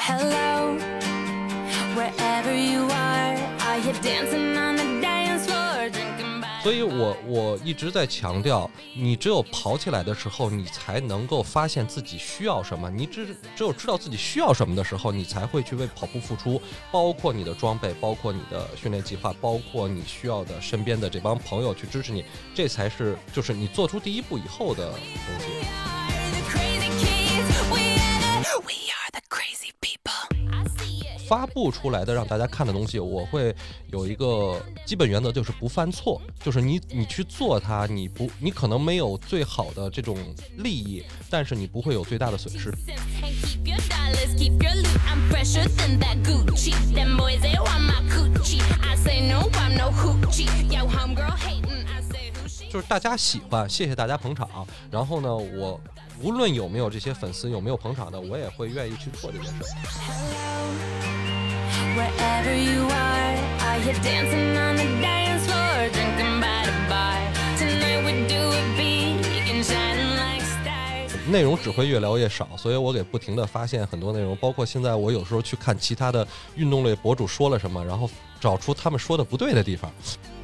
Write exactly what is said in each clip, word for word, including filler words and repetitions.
Hello, wherever you are, are you dancing on the dance floor, drinking by... 所以我我一直在强调，你只有跑起来的时候，你才能够发现自己需要什么。你只只有知道自己需要什么的时候，你才会去为跑步付出，包括你的装备，包括你的训练计划，包括你需要的身边的这帮朋友去支持你，这才是就是你做出第一步以后的东西。发布出来的让大家看的东西，我会有一个基本原则，就是不犯错，就是你你去做它，你不你可能没有最好的这种利益，但是你不会有最大的损失。就是大家喜欢，谢谢大家捧场。然后呢，我无论有没有这些粉丝，有没有捧场的，我也会愿意去做这件事。 Wherever you are, are you dancing on the dance floor, drinking by the bar? Tonight we do it big and shining like stars. 内容只会越聊越少，所以我给不停的发现很多内容，包括现在我有时候去看其他的运动类博主说了什么，然后找出他们说的不对的地方。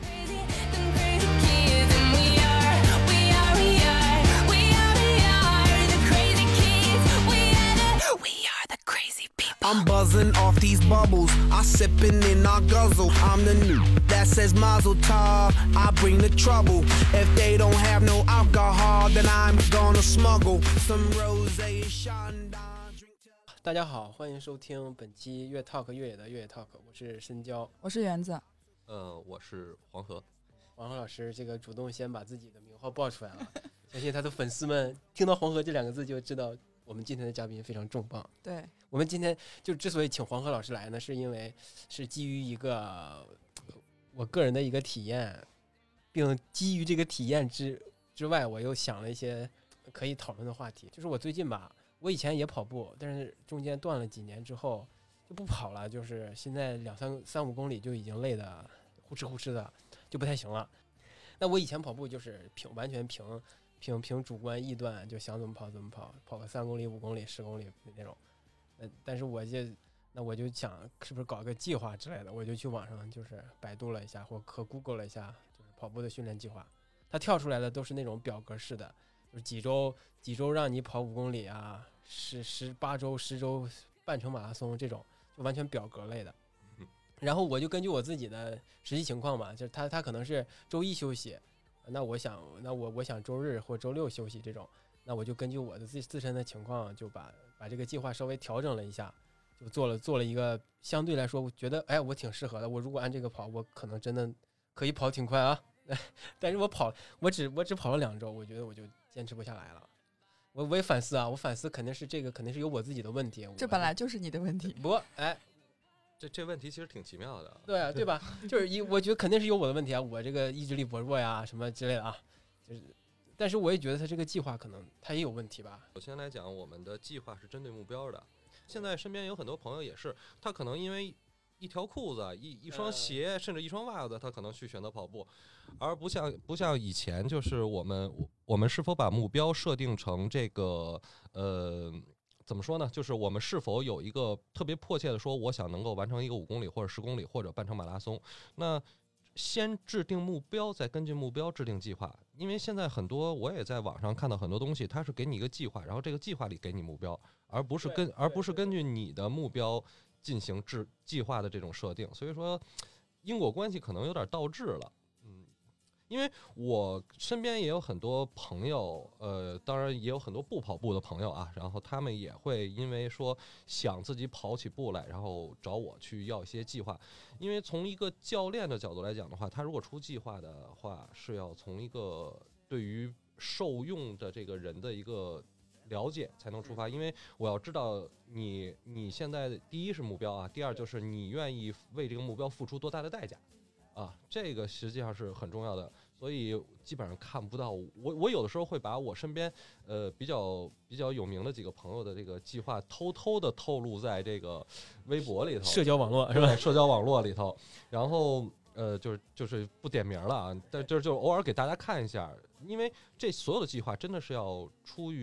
I'm buzzing off these bubbles, I sipping in I guzzle. I'm the new that says Mazel Tov, I bring the trouble. If they don't have no alcohol, then I'm gonna smuggle some rosé Chandon. 大家好，欢迎收听本期越 Talk 越野的越野 Talk， 我是深交， 我是园子， 呃，我是黄河。 黄河老师这个主动先把自己的名号报出来了，相信他的粉丝们听到黄河这两个字就知道我们今天的嘉宾非常重磅。 对， 我们今天就之所以请黄河老师来呢，是因为是基于一个我个人的一个体验，并基于这个体验之之外，我又想了一些可以讨论的话题。就是我最近吧，我以前也跑步，但是中间断了几年之后就不跑了，就是现在两三三五公里就已经累得呼哧呼哧的，就不太行了。那我以前跑步就是凭完全凭凭凭主观臆断，就想怎么跑怎么跑，跑个三公里、五公里、十公里那种。呃，但是我就那我就想是不是搞个计划之类的，我就去网上就是百度了一下，或和 Google 了一下，就是跑步的训练计划。它跳出来的都是那种表格式的，就是几周几周让你跑五公里啊，十十八周十周半程马拉松这种，就完全表格类的。然后我就根据我自己的实际情况嘛，就是他他可能是周一休息，那我想那我我想周日或周六休息这种，那我就根据我的自自身的情况，就把把这个计划稍微调整了一下，就做了做了一个相对来说我觉得哎我挺适合的，我如果按这个跑，我可能真的可以跑挺快啊，但是我跑我只我只跑了两周，我觉得我就坚持不下来了。我我也反思啊，我反思肯定是这个肯定是有我自己的问题， 这本来就是你的问题。 不哎。 这这问题其实挺奇妙的， 对啊，对吧？就是一，我觉得肯定是有我的问题啊，我这个意志力薄弱呀，什么之类的啊，就是，但是我也觉得他这个计划可能他也有问题吧。 首先来讲，我们的计划是针对目标的。现在身边有很多朋友也是，他可能因为一条裤子、一一双鞋，甚至一双袜子，他可能去选择跑步，而不像不像以前，就是我们我们是否把目标设定成这个呃。怎么说呢？就是我们是否有一个特别迫切的说，我想能够完成一个五公里或者十公里或者半程马拉松？那先制定目标，再根据目标制定计划。因为现在很多我也在网上看到很多东西，它是给你一个计划，然后这个计划里给你目标，而不是跟而不是根据你的目标进行制计划的这种设定。所以说，因果关系可能有点倒置了。因为我身边也有很多朋友，呃，当然也有很多不跑步的朋友啊，然后他们也会因为说想自己跑起步来，然后找我去要一些计划。因为从一个教练的角度来讲的话，他如果出计划的话，是要从一个对于受用的这个人的一个了解才能出发。因为我要知道你你现在第一是目标啊，第二就是你愿意为这个目标付出多大的代价。啊，这个实际上是很重要的，所以基本上看不到我。我有的时候会把我身边呃比较比较有名的几个朋友的这个计划偷偷的透露在这个微博里头， 社交网络是吧？ 社交网络里头，然后呃就是就是不点名了啊，但就是就偶尔给大家看一下，因为这所有的计划真的是要出于。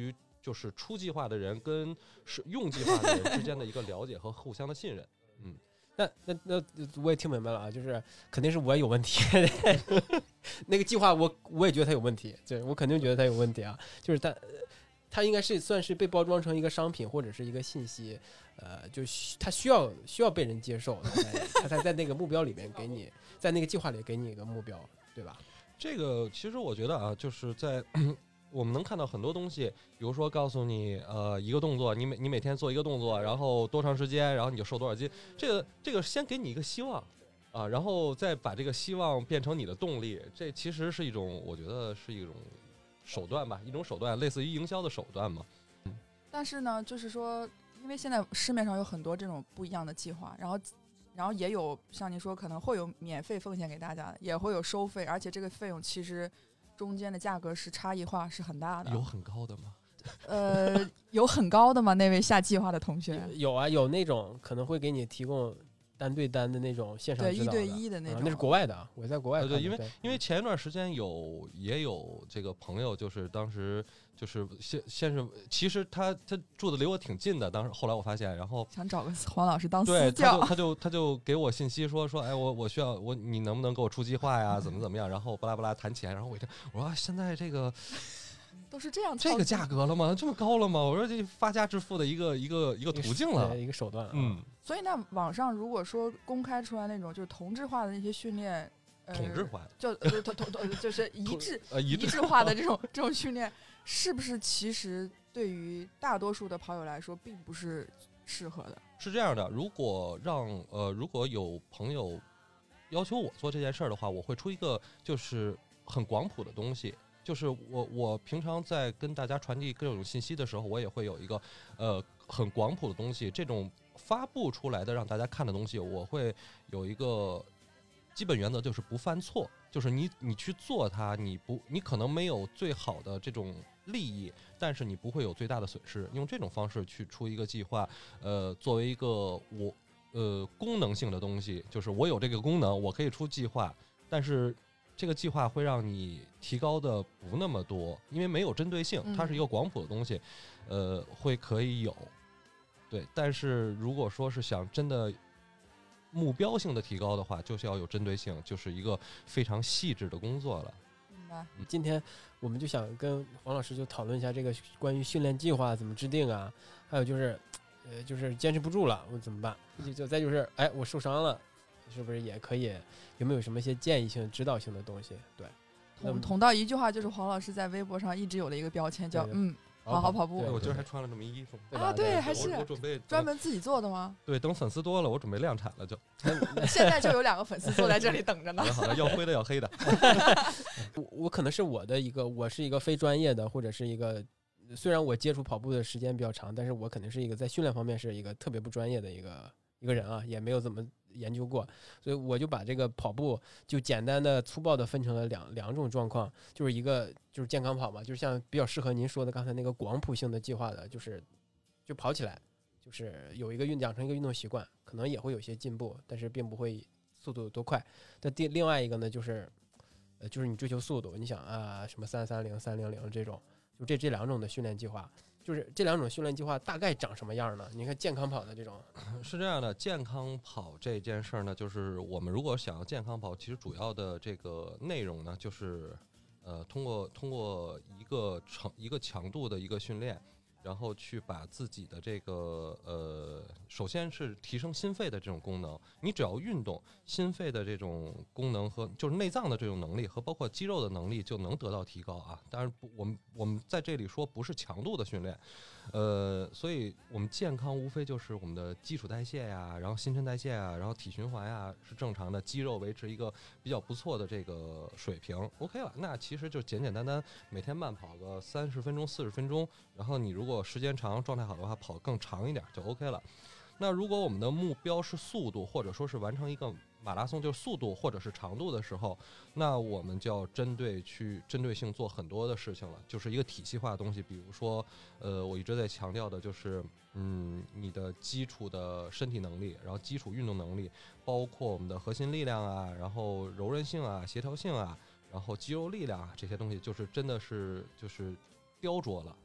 就是出计划的人跟是用计划的人之间的一个了解和互相的信任。嗯， 那那那我也听明白了啊，就是肯定是我有问题，那个计划我我也觉得它有问题，对我肯定觉得它有问题啊，就是它它应该是算是被包装成一个商品或者是一个信息，呃，就它需要需要被人接受，它才它才在那个目标里面给你，在那个计划里给你一个目标，对吧？ 这个其实我觉得啊，就是在我们能看到很多东西，比如说告诉你，呃，一个动作，你每你每天做一个动作，然后多长时间，然后你就瘦多少斤，这个这个先给你一个希望啊，然后再把这个希望变成你的动力，这其实是一种，我觉得是一种手段吧，一种手段，类似于营销的手段嘛。 但是呢，就是说，因为现在市面上有很多这种不一样的计划，然后。然后也有像您说可能会有免费奉献给大家的，也会有收费，而且这个费用其实中间的价格是差异化是很大的。 有很高的吗？ 呃，有很高的吗？那位下计划的同学？ 有啊，有那种可能会给你提供单对单的那种线上指导的， 对一对一的那种、 啊，那是国外的，我在国外看的、 呃、对，因为因为前一段时间有也有这个朋友，就是当时就是先先是其实他他住的离我挺近的，当时后来我发现，然后想找个黄老师当私对， 教， 他就他就他就给我信息说说，哎，我我需要我你能不能给我出计划呀？怎么怎么样？然后巴拉巴拉谈钱，然后我一听，我说、啊、现在这个。 都是这样， 这个价格了吗？这么高了吗？我说这发家致富的一个一个一个途径了， 一个手段了。 嗯， 所以那网上如果说公开出来那种就是同质化的那些训练，呃、 同质化的， 就呃同同同就是一致呃一致化的这种这种训练，是不是其实对于大多数的跑友来说并不是适合的？ 是这样的，如果让呃如果有朋友要求我做这件事儿的话，我会出一个就是很广谱的东西。就是我我平常在跟大家传递各种信息的时候，我也会有一个呃很广谱的东西，这种发布出来的让大家看的东西，我会有一个基本原则，就是不犯错，就是你你去做它，你不你可能没有最好的这种利益，但是你不会有最大的损失，用这种方式去出一个计划，呃，作为一个我呃功能性的东西，就是我有这个功能，我可以出计划，但是。这个计划会让你提高的不那么多，因为没有针对性，它是一个广谱的东西，呃，会可以有，对。但是如果说是想真的目标性的提高的话，就是要有针对性，就是一个非常细致的工作了。 明白。 今天我们就想跟黄老师就讨论一下这个关于训练计划怎么制定啊，还有就是，呃，就是坚持不住了，我怎么办？就就再就是，哎，我受伤了。是不是也可以？有没有什么一些建议性、指导性的东西？对， 捅捅到一句话，就是黄老师在微博上一直有的一个标签，叫“嗯，好好跑步”。 我今儿还穿了这么一衣服， 对啊，对，还是我准备专门自己做的吗？ 对，等粉丝多了，我准备量产了就。 现在就有两个粉丝坐在这里等着呢。 好的，要灰的要黑的。 我我可能是我的一个，我是一个非专业的，或者是一个。虽然我接触跑步的时间比较长，但是我肯定是一个在训练方面是一个特别不专业的一个一个人啊，也没有怎么研究过，所以我就把这个跑步就简单的粗暴的分成了两两种状况，就是一个就是健康跑嘛，就是像比较适合您说的刚才那个广谱性的计划的，就是就跑起来，就是有一个运养成一个运动习惯，可能也会有些进步，但是并不会速度有多快。但第另外一个呢，就是呃就是你追求速度，你想啊什么三三零三零零这种。就这这两种的训练计划，就是这两种训练计划大概长什么样呢？你看健康跑的这种， 是这样的，健康跑这件事儿呢，就是我们如果想要健康跑，其实主要的这个内容呢，就是呃通过通过一个强一个强度的一个训练，然后去把自己的这个呃，首先是提升心肺的这种功能。你只要运动，心肺的这种功能和就是内脏的这种能力和包括肌肉的能力就能得到提高啊。当然不，我们我们在这里说不是强度的训练，呃，所以我们健康无非就是我们的基础代谢呀，然后新陈代谢啊，然后体循环呀是正常的，肌肉维持一个比较不错的这个水平 ，OK 了。那其实就简简单单每天慢跑个三十分钟、四十分钟，然后你如果时间长、状态好的话，跑更长一点就 OK 了。那如果我们的目标是速度，或者说是完成一个马拉松，就是速度或者是长度的时候，那我们就要针对去针对性做很多的事情了，就是一个体系化的东西。比如说，呃，我一直在强调的就是，嗯，你的基础的身体能力，然后基础运动能力，包括我们的核心力量啊，然后柔韧性啊、协调性啊，然后肌肉力量啊这些东西，就是真的是就是雕琢了。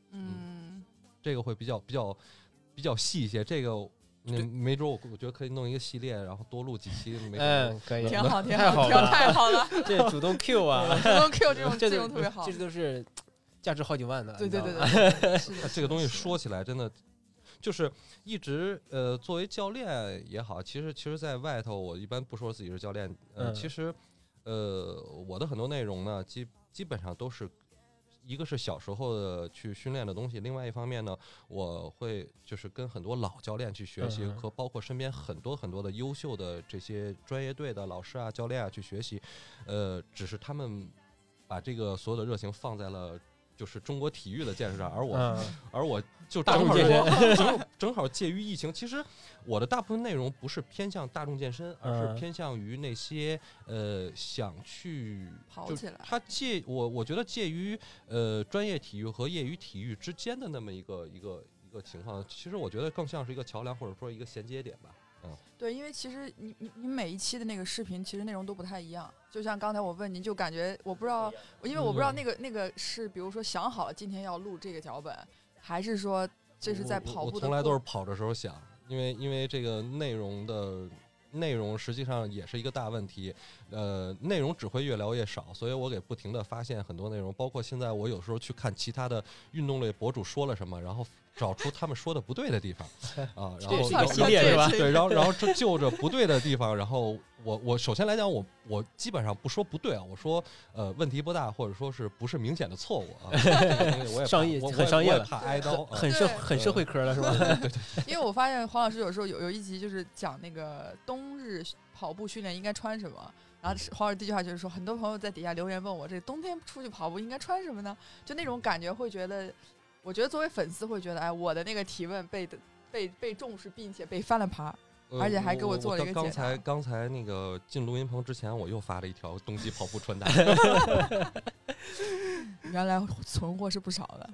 嗯， 这个会比较比较比较细一些。这个嗯，没准我我觉得可以弄一个系列，然后多录几期。没嗯，可以， 挺好，挺太好挺好， 了， 太好了， 这主动 Q 啊， 主动 Q 这种这这种特别好， 这都是价值好几万的。 对对对你知道吗对，是的这个东西说起来真的。就是一直呃，作为教练也好，其实其实，在外头我一般不说自己是教练，呃， 嗯其实呃，我的很多内容呢，基基本上都是一个是小时候的去训练的东西，另外一方面呢，我会就是跟很多老教练去学习， 嗯和包括身边很多很多的优秀的这些专业队的老师啊、教练啊去学习，呃，只是他们把这个所有的热情放在了就是中国体育的建设上，而我、 嗯、 而我就大众正好健身正正好介于疫情，其实我的大部分内容不是偏向大众健身，而嗯是偏向于那些呃想去就跑起来， 它介我我觉得介于呃专业体育和业余体育之间的那么一个一个一个情况，其实我觉得更像是一个桥梁或者说一个衔接点吧。嗯， 对，因为其实你你你每一期的那个视频，其实内容都不太一样。就像刚才我问您，就感觉我不知道，因为我不知道那个、嗯、那个是，比如说想好了今天要录这个脚本，还是说这是在跑步的？ 我, 我从来都是跑的时候想，因为因为这个内容的内容实际上也是一个大问题，呃，内容只会越聊越少，所以我给不停的发现很多内容，包括现在我有时候去看其他的运动类博主说了什么，然后找出他们说的不对的地方啊，然后这是一个系列是吧？ 对，然后然后就着不对的地方，然后我我首先来讲，我我基本上不说不对啊，我说呃问题不大，或者说是不是明显的错误啊。我也商业我很商业了， 怕挨刀， 很社很社会科了是吧？ 对对。 因为我发现黄老师有时候有有一集就是讲那个冬日跑步训练应该穿什么。然后黄老师第一句话就是说，很多朋友在底下留言问我，这冬天出去跑步应该穿什么呢？就那种感觉，会觉得，我觉得作为粉丝会觉得，哎，我的那个提问被被被重视，并且被翻了牌， 呃、 而且还给我做了一个解答。 刚才刚才那个进录音棚之前，我又发了一条冬季跑步穿搭。 原来存货是不少的。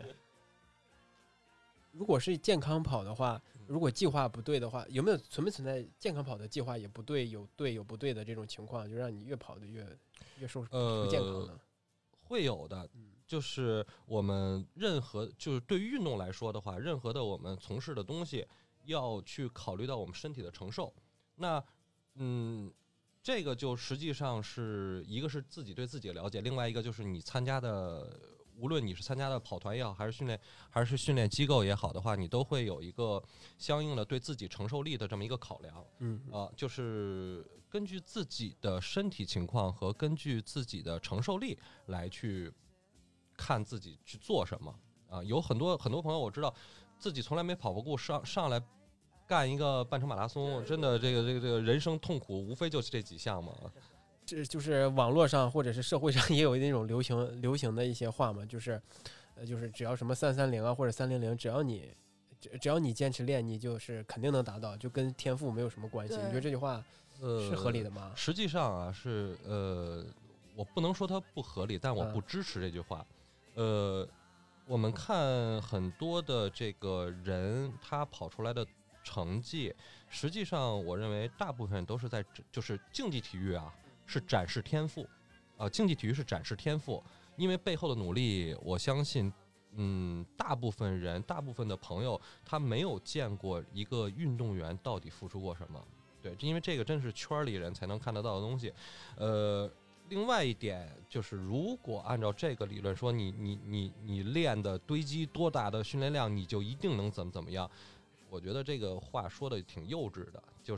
如果是健康跑的话，如果计划不对的话，有没有存没存在健康跑的计划也不对，有对有不对的这种情况，就让你越跑的越越受不健康呢？ 呃，会有的，就是我们任何就是对于运动来说的话，任何的我们从事的东西要去考虑到我们身体的承受。那嗯，这个就实际上是一个是自己对自己的了解，另外一个就是你参加的。无论你是参加的跑团也好，还是训练，还是训练机构也好的话，你都会有一个相应的对自己承受力的这么一个考量。 嗯啊、呃，就是根据自己的身体情况和根据自己的承受力来去看自己去做什么啊、呃。有很多很多朋友我知道自己从来没跑过步，上上来干一个半程马拉松，真的这个这个这个人生痛苦无非就是这几项嘛。 这就是网络上或者是社会上也有那种流行流行的一些话嘛，就是，呃，就是只要什么三三零啊或者三零零，只要你只只要你坚持练，你就是肯定能达到，就跟天赋没有什么关系。你觉得这句话呃是合理的吗？ 实际上啊，是呃，我不能说它不合理，但我不支持这句话。嗯、呃，我们看很多的这个人，他跑出来的成绩，实际上我认为大部分都是在就是竞技体育啊。是展示天赋，啊、呃，竞技体育是展示天赋，因为背后的努力，我相信，嗯，大部分人，大部分的朋友，他没有见过一个运动员到底付出过什么，对，因为这个真是圈里人才能看得到的东西，呃，另外一点就是，如果按照这个理论说你，你你你你练的堆积多大的训练量，你就一定能怎么怎么样，我觉得这个话说的挺幼稚的，就是。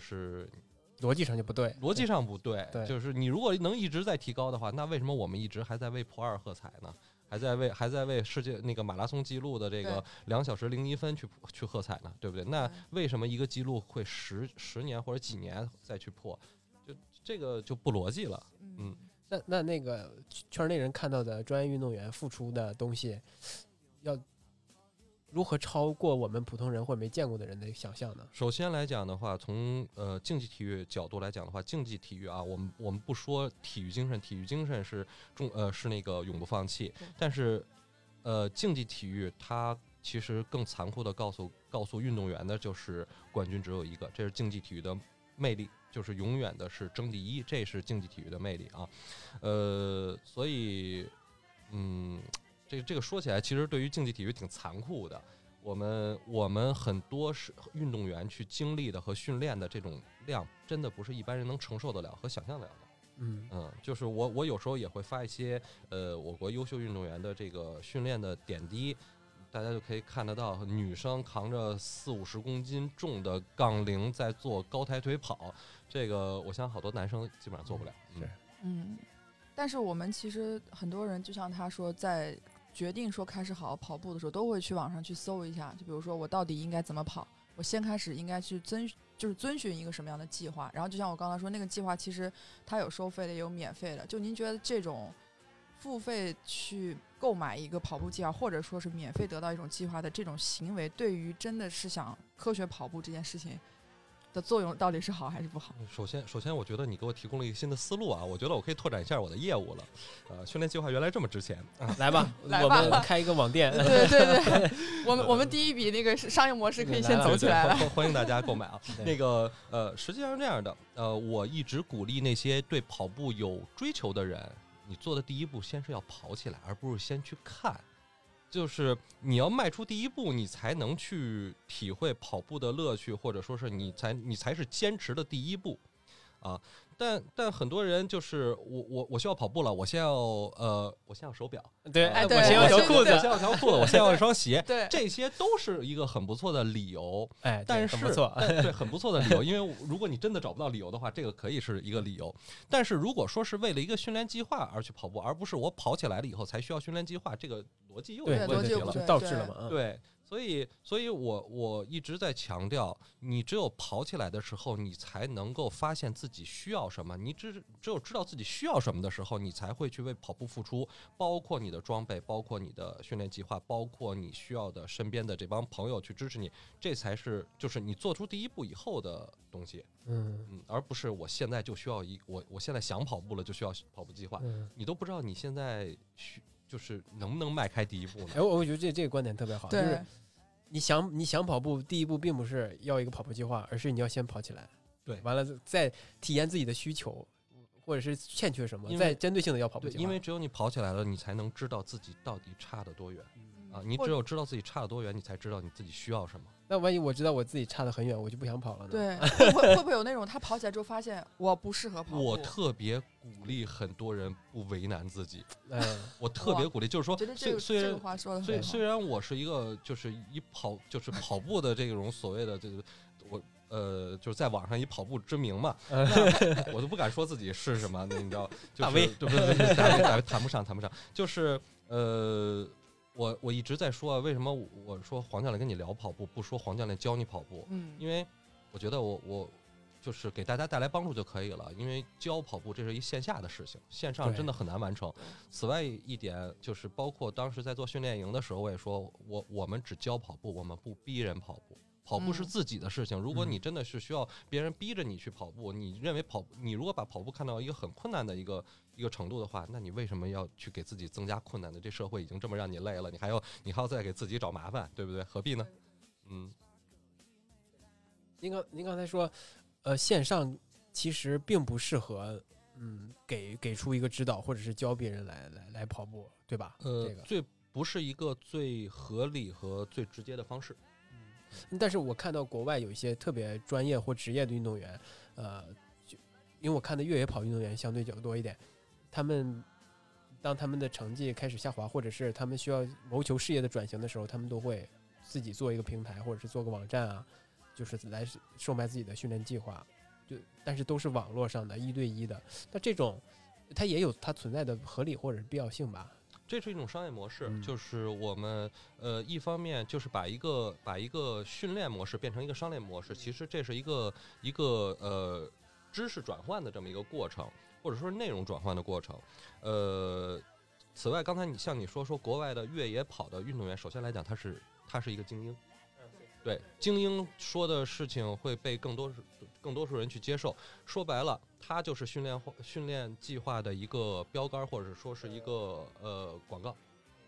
逻辑上就不对， 逻辑上不对， 对， 就是你如果能一直在提高的话，那为什么我们一直还在为破二喝彩呢？还在为还在为世界那个马拉松记录的这个两小时零一分去去喝彩呢？对不对？那为什么一个记录会十十年或者几年再去破？就这个就不逻辑了。嗯， 那那那个圈内人看到的专业运动员付出的东西，要。如何超过我们普通人或者没见过的人的想象呢？ 首先来讲的话，从呃竞技体育角度来讲的话，竞技体育啊，我们我们不说体育精神，体育精神是重呃是那个永不放弃，但是呃竞技体育它其实更残酷的告诉告诉运动员的就是冠军只有一个，这是竞技体育的魅力，就是永远的是争第一，这是竞技体育的魅力啊，呃，所以嗯。 这这个说起来，其实对于竞技体育挺残酷的。我们我们很多是运动员去经历的和训练的这种量，真的不是一般人能承受得了和想象得了的。 嗯嗯，就是我我有时候也会发一些呃我国优秀运动员的这个训练的点滴，大家就可以看得到，女生扛着四五十公斤重的杠铃在做高抬腿跑，这个我想好多男生基本上做不了。 嗯、是， 嗯，但是我们其实很多人，就像他说，在决定说开始好好跑步的时候，都会去网上去搜一下，就比如说我到底应该怎么跑，我先开始应该去遵就是遵循一个什么样的计划，然后就像我刚才说，那个计划其实它有收费的也有免费的，就您觉得这种付费去购买一个跑步计划，或者说是免费得到一种计划的这种行为，对于真的是想科学跑步这件事情的作用到底是好还是不好？ 首先，首先我觉得你给我提供了一个新的思路啊，我觉得我可以拓展一下我的业务了。呃，训练计划原来这么值钱，啊、 来吧， 来吧我们开一个网店。 对对对，我们我们第一笔那个商业模式可以先走起来了。 对对对，欢迎大家购买啊。那个呃，实际上是这样的，呃，我一直鼓励那些对跑步有追求的人，你做的第一步先是要跑起来，而不是先去看。就是你要迈出第一步，你才能去体会跑步的乐趣，或者说是你才你才是坚持的第一步，啊。但但很多人就是我我我需要跑步了，我先要呃我先要手表， 对， 哎， 我先要条裤子， 我先要条裤子，我先要一双鞋， 对， 这些都是一个很不错的理由， 哎， 但是很不错， 对，很不错的理由，因为如果你真的找不到理由的话，这个可以是一个理由。但是如果说是为了一个训练计划而去跑步，而不是我跑起来了以后才需要训练计划，这个逻辑又有问题了， 对倒置了嘛？ 对。所以，所以我我一直在强调，你只有跑起来的时候，你才能够发现自己需要什么。你只只有知道自己需要什么的时候，你才会去为跑步付出，包括你的装备，包括你的训练计划，包括你需要的身边的这帮朋友去支持你，这才是就是你做出第一步以后的东西。 嗯嗯，而不是我现在就需要一我我现在想跑步了就需要跑步计划， 嗯、 你都不知道你现在需。就是能不能迈开第一步呢？ 哎，我觉得这这个观点特别好， 对就是你想你想跑步，第一步并不是要一个跑步计划，而是你要先跑起来， 对， 完了再体验自己的需求，或者是欠缺什么，再针对性的要跑步计划。 因为只有你跑起来了，你才能知道自己到底差得多远、嗯、啊！你只有知道自己差得多远，你才知道你自己需要什么。 那万一我知道我自己差得很远，我就不想跑了呢？ 对，会不会会不会有那种他跑起来之后发现我不适合跑步？ 我特别鼓励很多人不为难自己。 嗯， 我特别鼓励，就是说，虽虽然虽虽然我是一个就是一跑就是跑步的这种所谓的这个我呃就是在网上以跑步之名嘛，那我都不敢说自己是什么，你知道，就是大 V， 对不对？大 V 大 V 谈不上谈不上，就是呃。我我一直在说，为什么我说黄教练跟你聊跑步，不说黄教练教你跑步？ 嗯， 因为我觉得我我就是给大家带来帮助就可以了。因为教跑步这是一线下的事情，线上真的很难完成。此外一点就是，包括当时在做训练营的时候，我也说我我们只教跑步，我们不逼人跑步。跑步是自己的事情，如果你真的是需要别人逼着你去跑步，你认为跑你如果把跑步看到一个很困难的一个一个程度的话，那你为什么要去给自己增加困难的？这社会已经这么让你累了，你还要你还要再给自己找麻烦，对不对？何必呢？嗯。 您刚您刚才说，呃，线上其实并不适合，嗯，给给出一个指导或者是教别人来来来跑步，对吧？ 呃， 这个最不是一个最合理和最直接的方式。 但是我看到国外有一些特别专业或职业的运动员，呃，就因为我看的越野跑运动员相对较多一点，他们当他们的成绩开始下滑，或者是他们需要谋求事业的转型的时候，他们都会自己做一个平台，或者是做个网站啊，就是来售卖自己的训练计划，就但是都是网络上的一对一的。那这种它也有它存在的合理或者是必要性吧？ 这是一种商业模式， 嗯、 就是我们呃一方面就是把一个把一个训练模式变成一个商业模式，其实这是一个一个呃知识转换的这么一个过程，或者说内容转换的过程。呃，此外，刚才你像你说说国外的越野跑的运动员，首先来讲他是他是一个精英，对精英说的事情会被更多更多数人去接受。说白了，它就是训练训练计划的一个标杆，或者说是一个呃广告。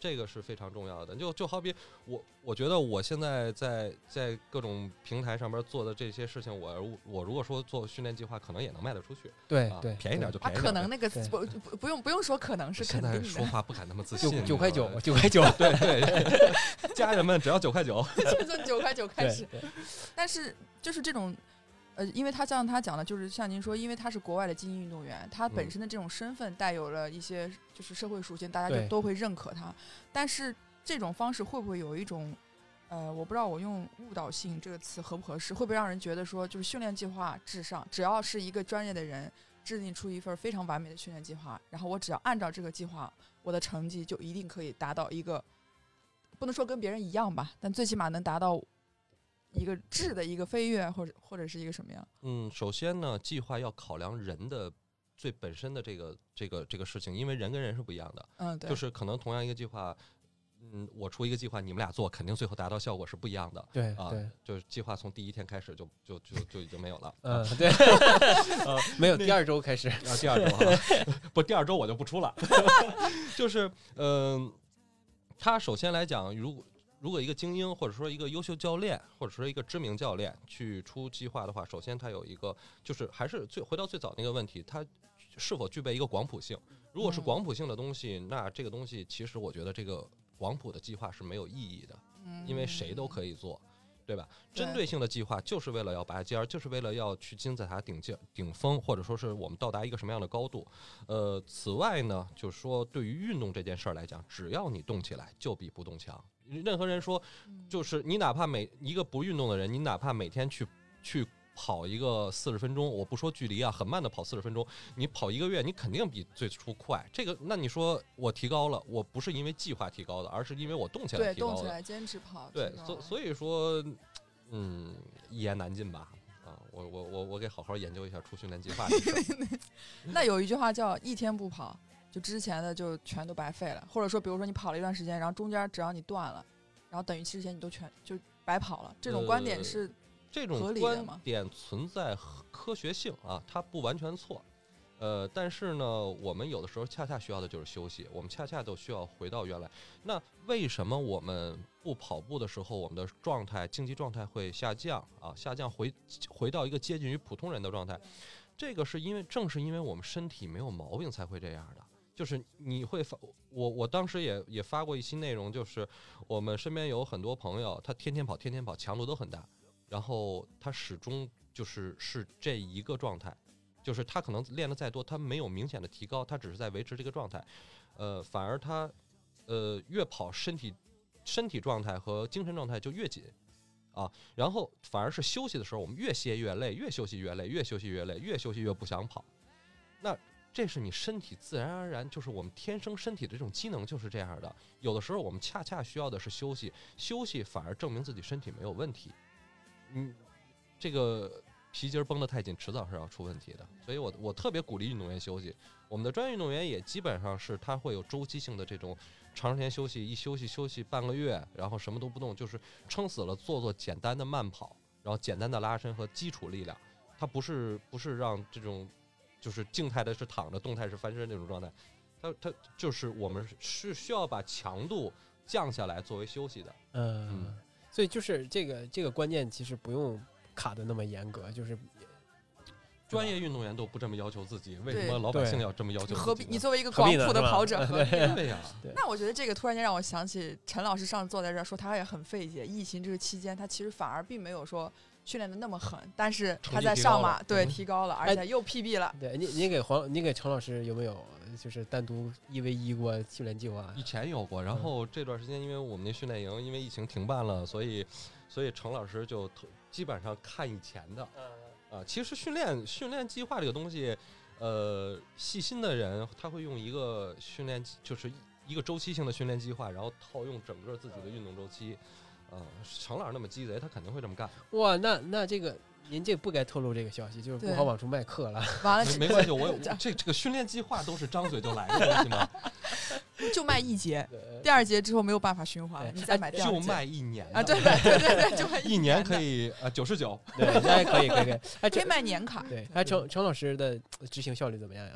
这个是非常重要的。就就好比我，我觉得我现在在在各种平台上边做的这些事情，我我如果说做训练计划，可能也能卖得出去。啊、 对对， 便宜点就啊， 便宜点。 可能那个对不不不用不用说，可能是肯现在定的。 说话不敢那么自九信。 九块九你知道吗， 九块九， 对对，家人们只要九块九。 就从九块九开始。 对，对但是就是这种，呃，因为他像他讲的，就是像您说，因为他是国外的精英运动员，他本嗯身的这种身份带有了一些就是社会属性，大家就对都会认可他。但是这种方式会不会有一种，呃，我不知道我用误导性这个词合不合适，会不会让人觉得说，就是训练计划至上，只要是一个专业的人制定出一份非常完美的训练计划，然后我只要按照这个计划，我的成绩就一定可以达到一个，不能说跟别人一样吧，但最起码能达到一个质的一个飞跃，或者或者是一个什么样？ 嗯，首先呢，计划要考量人的最本身的这个这个这个事情，因为人跟人是不一样的。 嗯，对， 就是可能同样一个计划，嗯，我出一个计划，你们俩做，肯定最后达到效果是不一样的。啊对对， 就是计划从第一天开始就就就就已经没有了。 嗯，对，没有第二周开始， 啊，第二周哈，不，第二周我就不出了。就是嗯、呃，他首先来讲，如果如果一个精英或者说一个优秀教练或者说一个知名教练去出计划的话，首先他有一个就是还是最回到最早那个问题，他是否具备一个广谱性。如果是广谱性的东西，那这个东西其实我觉得这个广谱的计划是没有意义的，因为谁都可以做。对吧？针对性的计划就是为了要拔尖儿，就是为了要去金字塔顶尖顶峰，或者说是我们到达一个什么样的高度。呃，此外呢，就是说对于运动这件事儿来讲，只要你动起来，就比不动强。任何人说，就是你哪怕每一个不运动的人，你哪怕每天去去跑一个四十分钟，我不说距离啊，很慢的跑四十分钟，你跑一个月，你肯定比最初快。这个，那你说我提高了，我不是因为计划提高的，而是因为我动起来对提高的。 动起来坚持跑。 对，所所以说，嗯，一言难尽吧。啊，我我我我给好好研究一下出训练计划这事儿。 那有一句话叫一天不跑，就之前的就全都白费了，或者说，比如说你跑了一段时间，然后中间只要你断了，然后等于之前你都全就白跑了。这种观点是。 呃这种观点存在科学性啊，它不完全错，呃，但是呢，我们有的时候恰恰需要的就是休息，我们恰恰都需要回到原来。那为什么我们不跑步的时候，我们的状态、竞技状态会下降啊？下降回回到一个接近于普通人的状态，这个是因为正是因为我们身体没有毛病才会这样的。就是你会发，我我当时也也发过一期内容，就是我们身边有很多朋友，他天天跑，天天跑，强度都很大。然后他始终就是是这一个状态，就是他可能练得再多，他没有明显的提高，他只是在维持这个状态，呃，反而他呃越跑身体身体状态和精神状态就越紧啊，然后反而是休息的时候，我们越歇越累，越休息越累，越休息越累，越休息越不想跑，那这是你身体自然而然，就是我们天生身体的这种机能就是这样的。有的时候我们恰恰需要的是休息，休息反而证明自己身体没有问题。嗯，这个皮筋绷得太紧，迟早是要出问题的。所以我我特别鼓励运动员休息。我们的专业运动员也基本上是他会有周期性的这种长时间休息，一休息休息半个月，然后什么都不动，就是撑死了做做简单的慢跑，然后简单的拉伸和基础力量。他不是不是让这种就是静态的是躺着，动态是翻身这种状态。他他就是我们是需要把强度降下来作为休息的。 嗯。 嗯， 所以就是这个这个观念其实不用卡的那么严格，就是专业运动员都不这么要求自己，为什么老百姓要这么要求自己呢？ 何必？你作为一个广谱的跑者，何必？ 对呀。 那我觉得这个突然间让我想起陈老师上次坐在这儿说，他也很费解。疫情这个期间，他其实反而并没有说训练的那么狠，但是他在上马对提高了，而且又 P B 了。 对你，你给黄，你给陈老师有没有就是单独一 v 一过训练计划？ 以前有过，然后这段时间因为我们那训练营因为疫情停办了，所以所以程老师就基本上看以前的。啊，其实训练训练计划这个东西，呃，细心的人他会用一个训练，就是一个周期性的训练计划，然后套用整个自己的运动周期。啊、呃，程老师那么鸡贼，他肯定会这么干。 哇，那那这个您这不该透露这个消息，就是不好往出卖课了。 完了， 没没关系，我有这这个训练计划都是张嘴就来的东西吗？ 就卖一节，第二节之后没有办法循环了，你再买第二节就卖一年啊！对对对对对，就卖一年可以啊九十九， 对，那可以可以可以， 还可以卖年卡。 对，哎，程程老师的执行效率怎么样呀？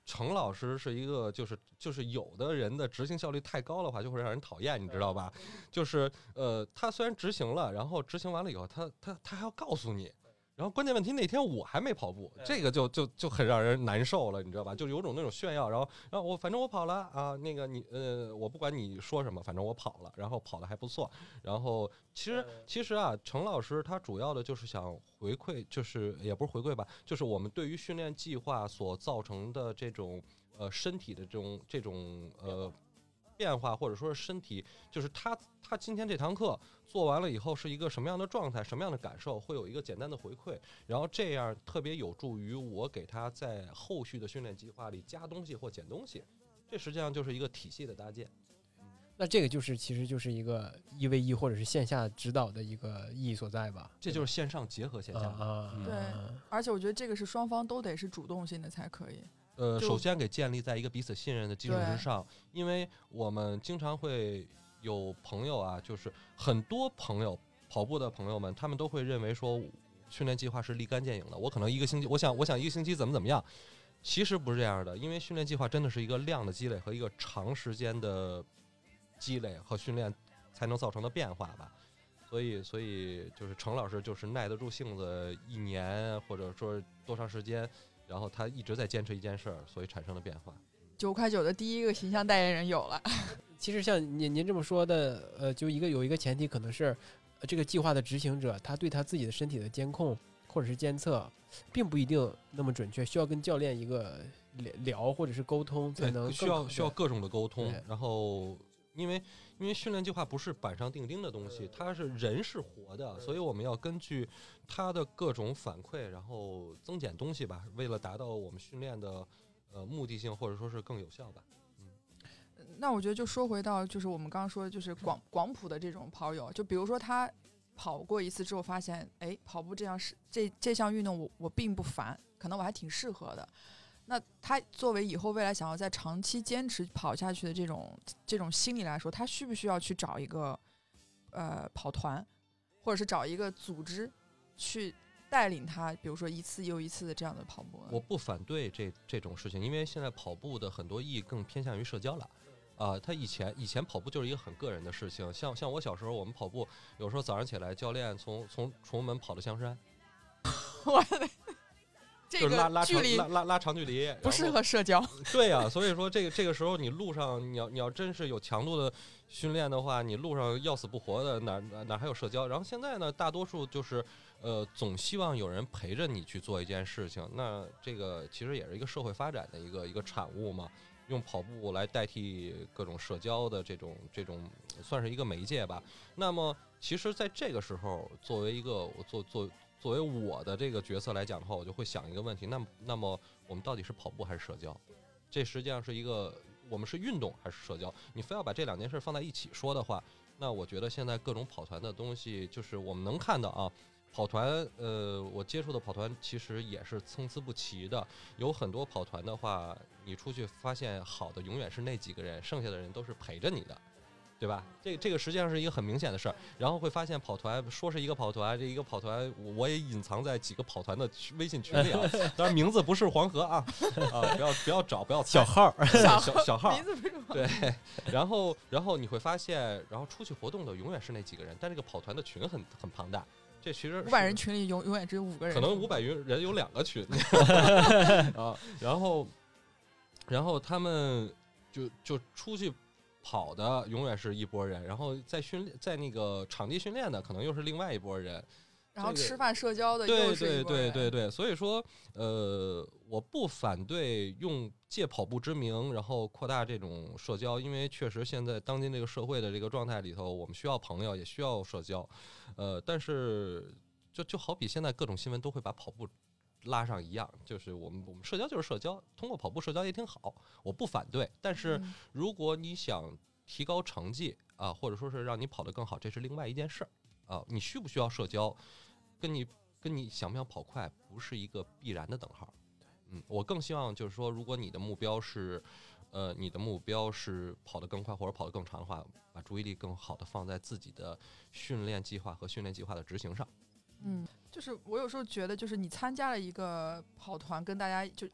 程老师是一个，就是就是有的人的执行效率太高的话，就会让人讨厌，你知道吧？就是呃，他虽然执行了，然后执行完了以后，他他他还要告诉你。然后关键问题那天我还没跑步，这个就就就很让人难受了，你知道吧？就有种那种炫耀，然后然后我反正我跑了啊，那个你呃，我不管你说什么，反正我跑了，然后跑得还不错。然后其实其实啊，程老师他主要的就是想回馈，就是也不是回馈吧，就是我们对于训练计划所造成的这种呃身体的这种这种呃变化，或者说是身体，就是他他今天这堂课做完了以后是一个什么样的状态，什么样的感受，会有一个简单的回馈，然后这样特别有助于我给他在后续的训练计划里加东西或减东西，这实际上就是一个体系的搭建。 那这个就是其实就是一个一 v 一或者是线下指导的一个意义所在吧？ 这就是线上结合线下啊， 嗯对，而且我觉得这个是双方都得是主动性的才可以。 呃， 就首先给建立在一个彼此信任的基础之上，因为我们经常会有朋友啊，就是很多朋友跑步的朋友们，他们都会认为说训练计划是立竿见影的，我可能一个星期，我想我想一个星期怎么怎么样，其实不是这样的，因为训练计划真的是一个量的积累和一个长时间的积累和训练才能造成的变化吧。所以，所以就是程老师就是耐得住性子一年或者说多长时间，然后他一直在坚持一件事儿，所以产生了变化。 九块九的第一个形象代言人有了。 其实像您您这么说的，呃，就一个有一个前提，可能是、呃、这个计划的执行者他对他自己的身体的监控或者是监测，并不一定那么准确，需要跟教练一个聊或者是沟通才能需要需要各种的沟通， 对然后。因为因为训练计划不是板上钉钉的东西，它是人是活的，所以我们要根据它的各种反馈，然后增减东西吧，为了达到我们训练的呃目的性，或者说是更有效吧。嗯， 那我觉得就说回到就是我们刚刚说的，就是广广谱的这种跑友，就比如说他跑过一次之后发现，哎，跑步这样是这这项运动我我并不烦，可能我还挺适合的。那他作为以后未来想要在长期坚持跑下去的这种这种心理来说，他需不需要去找一个呃跑团，或者是找一个组织去带领他，比如说一次又一次的这样的跑步呢？ 我不反对这这种事情，因为现在跑步的很多意义更偏向于社交了。啊、呃，他以前以前跑步就是一个很个人的事情，像像我小时候，我们跑步有时候早上起来，教练从从崇文门跑到香山， 我的。这就是拉拉个距离长拉拉拉长距离， 不适合社交。 对呀、啊，所以说这个这个时候你路上你要你要真是有强度的训练的话，你路上要死不活的，哪哪哪还有社交？然后现在呢，大多数就是呃总希望有人陪着你去做一件事情，那这个其实也是一个社会发展的一个一个产物嘛。用跑步来代替各种社交的这种这种算是一个媒介吧。那么其实在这个时候，作为一个我做做。作为我的这个角色来讲的话，我就会想一个问题，那么那么我们到底是跑步还是社交？这实际上是一个我们是运动还是社交？你非要把这两件事放在一起说的话，那我觉得现在各种跑团的东西，就是我们能看到啊，跑团呃，我接触的跑团其实也是参差不齐的，有很多跑团的话，你出去发现好的永远是那几个人，剩下的人都是陪着你的。对吧？这这个实际上是一个很明显的事儿，然后会发现跑团说是一个跑团，这一个跑团我也隐藏在几个跑团的微信群里啊，当然名字不是黄河啊，啊不要不要找不要小号小小号， 名字不是黄河对，然后然后你会发现，然后出去活动的永远是那几个人，但这个跑团的群很很庞大，这其实五百人群里永永远只有五个人， 可能五百人有两个群啊，然后然后他们就就出去。跑的永远是一拨人，然后在训练在那个场地训练的可能又是另外一拨人， 然后吃饭社交的对又是对一拨人。 对对对，所以说呃，我不反对用借跑步之名，然后扩大这种社交，因为确实现在当今这个社会的这个状态里头，我们需要朋友，也需要社交，呃，但是就就好比现在各种新闻都会把跑步拉上一样，就是我们我们社交就是社交，通过跑步社交也挺好，我不反对。但是如果你想提高成绩啊，或者说是让你跑得更好，这是另外一件事儿啊。你需不需要社交，跟你跟你想不想跑快不是一个必然的等号。嗯，我更希望就是说，如果你的目标是，呃，你的目标是跑得更快或者跑得更长的话，把注意力更好的放在自己的训练计划和训练计划的执行上。 嗯，就是我有时候觉得，就是你参加了一个跑团，跟大家就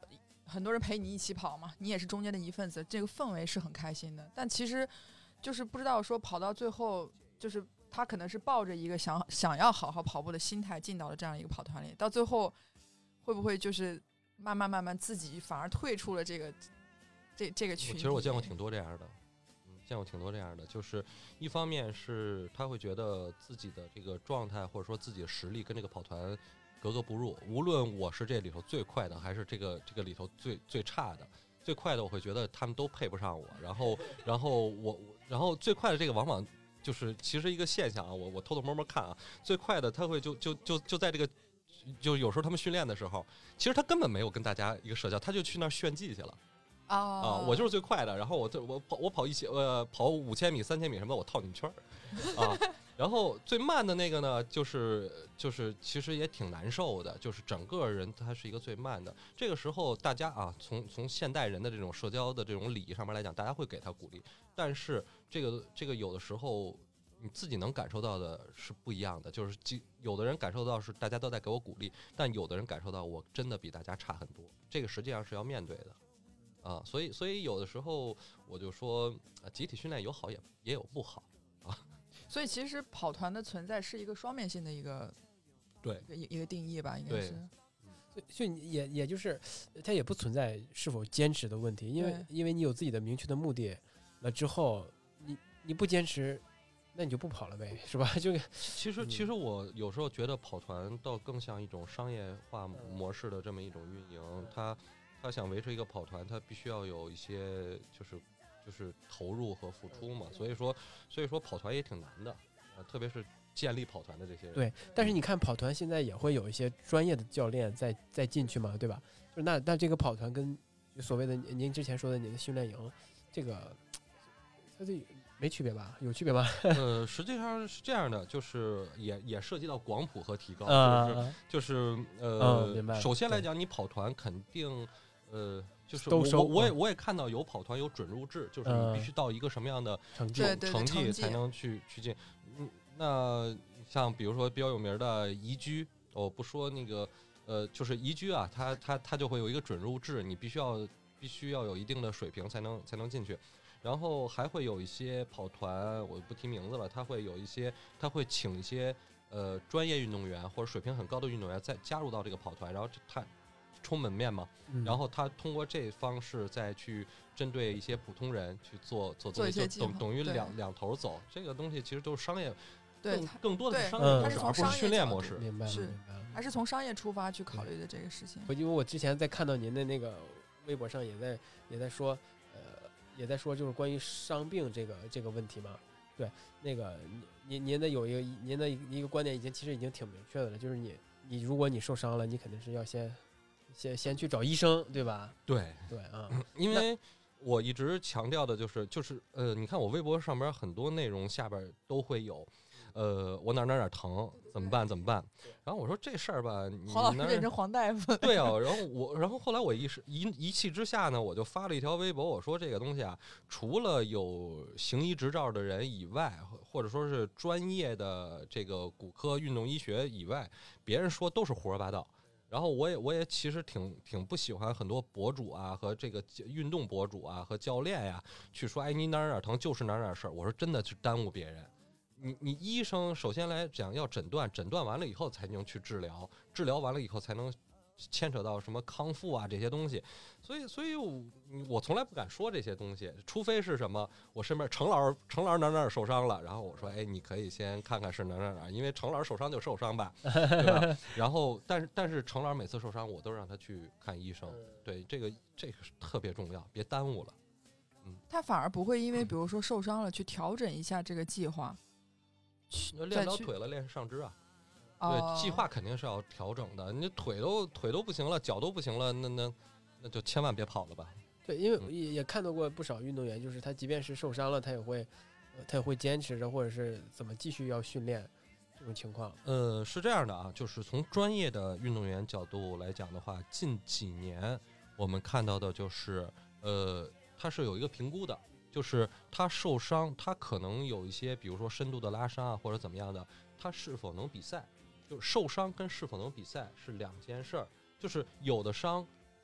很多人陪你一起跑嘛，你也是中间的一份子，这个氛围是很开心的。但其实就是不知道说跑到最后，就是他可能是抱着一个想想要好好跑步的心态进到了这样一个跑团里，到最后会不会就是慢慢慢慢自己反而退出了这个这这个群体？ 其实我见过挺多这样的。见过挺多这样的，就是一方面是他会觉得自己的这个状态或者说自己的实力跟这个跑团格格不入，无论我是这里头最快的还是这个这个里头最最差的，最快的我会觉得他们都配不上我，然后然后我然后最快的这个往往就是其实一个现象啊，我我偷偷摸摸看啊，最快的他会就就就就在这个就有时候他们训练的时候，其实他根本没有跟大家一个社交，他就去那儿炫技去了。 啊、 啊，我就是最快的，然后我我跑我跑一千呃跑五千米三千米什么的我套你们圈儿啊，然后最慢的那个呢就是就是其实也挺难受的，就是整个人他是一个最慢的。这个时候大家啊从从现代人的这种社交的这种礼仪上面来讲，大家会给他鼓励，但是这个这个有的时候你自己能感受到的是不一样的，就是有的人感受到是大家都在给我鼓励，但有的人感受到我真的比大家差很多，这个实际上是要面对的。啊，所以所以有的时候我就说，啊、集体训练有好也也有不好啊。 所以其实跑团的存在是一个双面性的一个对一个一个定义吧，应该是。 就也也就是它也不存在是否坚持的问题，因为因为你有自己的明确的目的了之后，你你不坚持，那你就不跑了呗，是吧？就其实其实我有时候觉得跑团倒更像一种商业化模式的这么一种运营，它。他想维持一个跑团，他必须要有一些就是就是投入和付出嘛，所以说所以说跑团也挺难的，呃，特别是建立跑团的这些人。 对，但是你看跑团现在也会有一些专业的教练再再进去嘛，对吧？就那那这个跑团跟所谓的您之前说的你的训练营，这个它这没区别吧？有区别吗？ 呃，实际上是这样的，就是也也涉及到广谱和提高， 呃、 就是就是呃、 嗯，首先来讲，你跑团肯定。呃，就是我我我也我也看到有跑团有准入制，就是你必须到一个什么样的成绩成绩才能去去进。嗯，那像比如说比较有名的宜居，我不说那个呃，就是宜居啊，它它它就会有一个准入制，你必须要必须要有一定的水平才能才能进去。然后还会有一些跑团，我不提名字了，他会有一些他会请一些呃专业运动员或者水平很高的运动员再加入到这个跑团，然后他。充门面嘛， 嗯、 然后他通过这方式再去针对一些普通人去做做做一些就等等于两两头走，这个东西其实都是商业， 对， 更更多的是商业模式，而不是训练模式。 明白， 是还是从商业出发去考虑的这个事情。 因为我之前在看到您的那个微博上也在也在说，呃，也在说就是关于伤病这个这个问题嘛。对，那个您您的有一个您的一个观点已经其实已经挺明确的了，就是你你如果你受伤了，你肯定是要先。先先去找医生，对吧？ 对对啊、 嗯，因为我一直强调的就是就是呃，你看我微博上边很多内容下边都会有，呃，我哪哪哪疼，怎么办怎么办？然后我说这事儿吧， 黄老师变成黄大夫。 对啊，然后我然后后来我一时一一气之下呢，我就发了一条微博，我说这个东西啊，除了有行医执照的人以外，或者说是专业的这个骨科运动医学以外，别人说都是胡说八道。然后我也我也其实挺挺不喜欢很多博主啊和这个运动博主啊和教练呀、啊、去说哎你哪哪疼就是哪哪事儿，我说真的是耽误别人。你你医生首先来讲要诊断，诊断完了以后才能去治疗，治疗完了以后才能牵扯到什么康复啊这些东西，所以所以我我从来不敢说这些东西，除非是什么我身边程老程老哪哪受伤了，然后我说哎你可以先看看是哪哪哪，因为程老受伤就受伤吧，对吧？然后但是但是程老每次受伤我都让他去看医生，对这个这个特别重要，别耽误了。 嗯，他反而不会因为比如说受伤了去调整一下这个计划， 练不了腿了练上肢啊。对，计划肯定是要调整的。你腿都腿都不行了，脚都不行了，那那那就千万别跑了吧。 对，因为也也看到过不少运动员，就是他即便是受伤了，他也会他也会坚持着，或者是怎么继续要训练这种情况。 呃，是这样的啊，就是从专业的运动员角度来讲的话，近几年我们看到的就是，呃，他是有一个评估的，就是他受伤，他可能有一些，比如说深度的拉伤啊，或者怎么样的，他是否能比赛？就是受伤跟是否能比赛是两件事儿，就是有的伤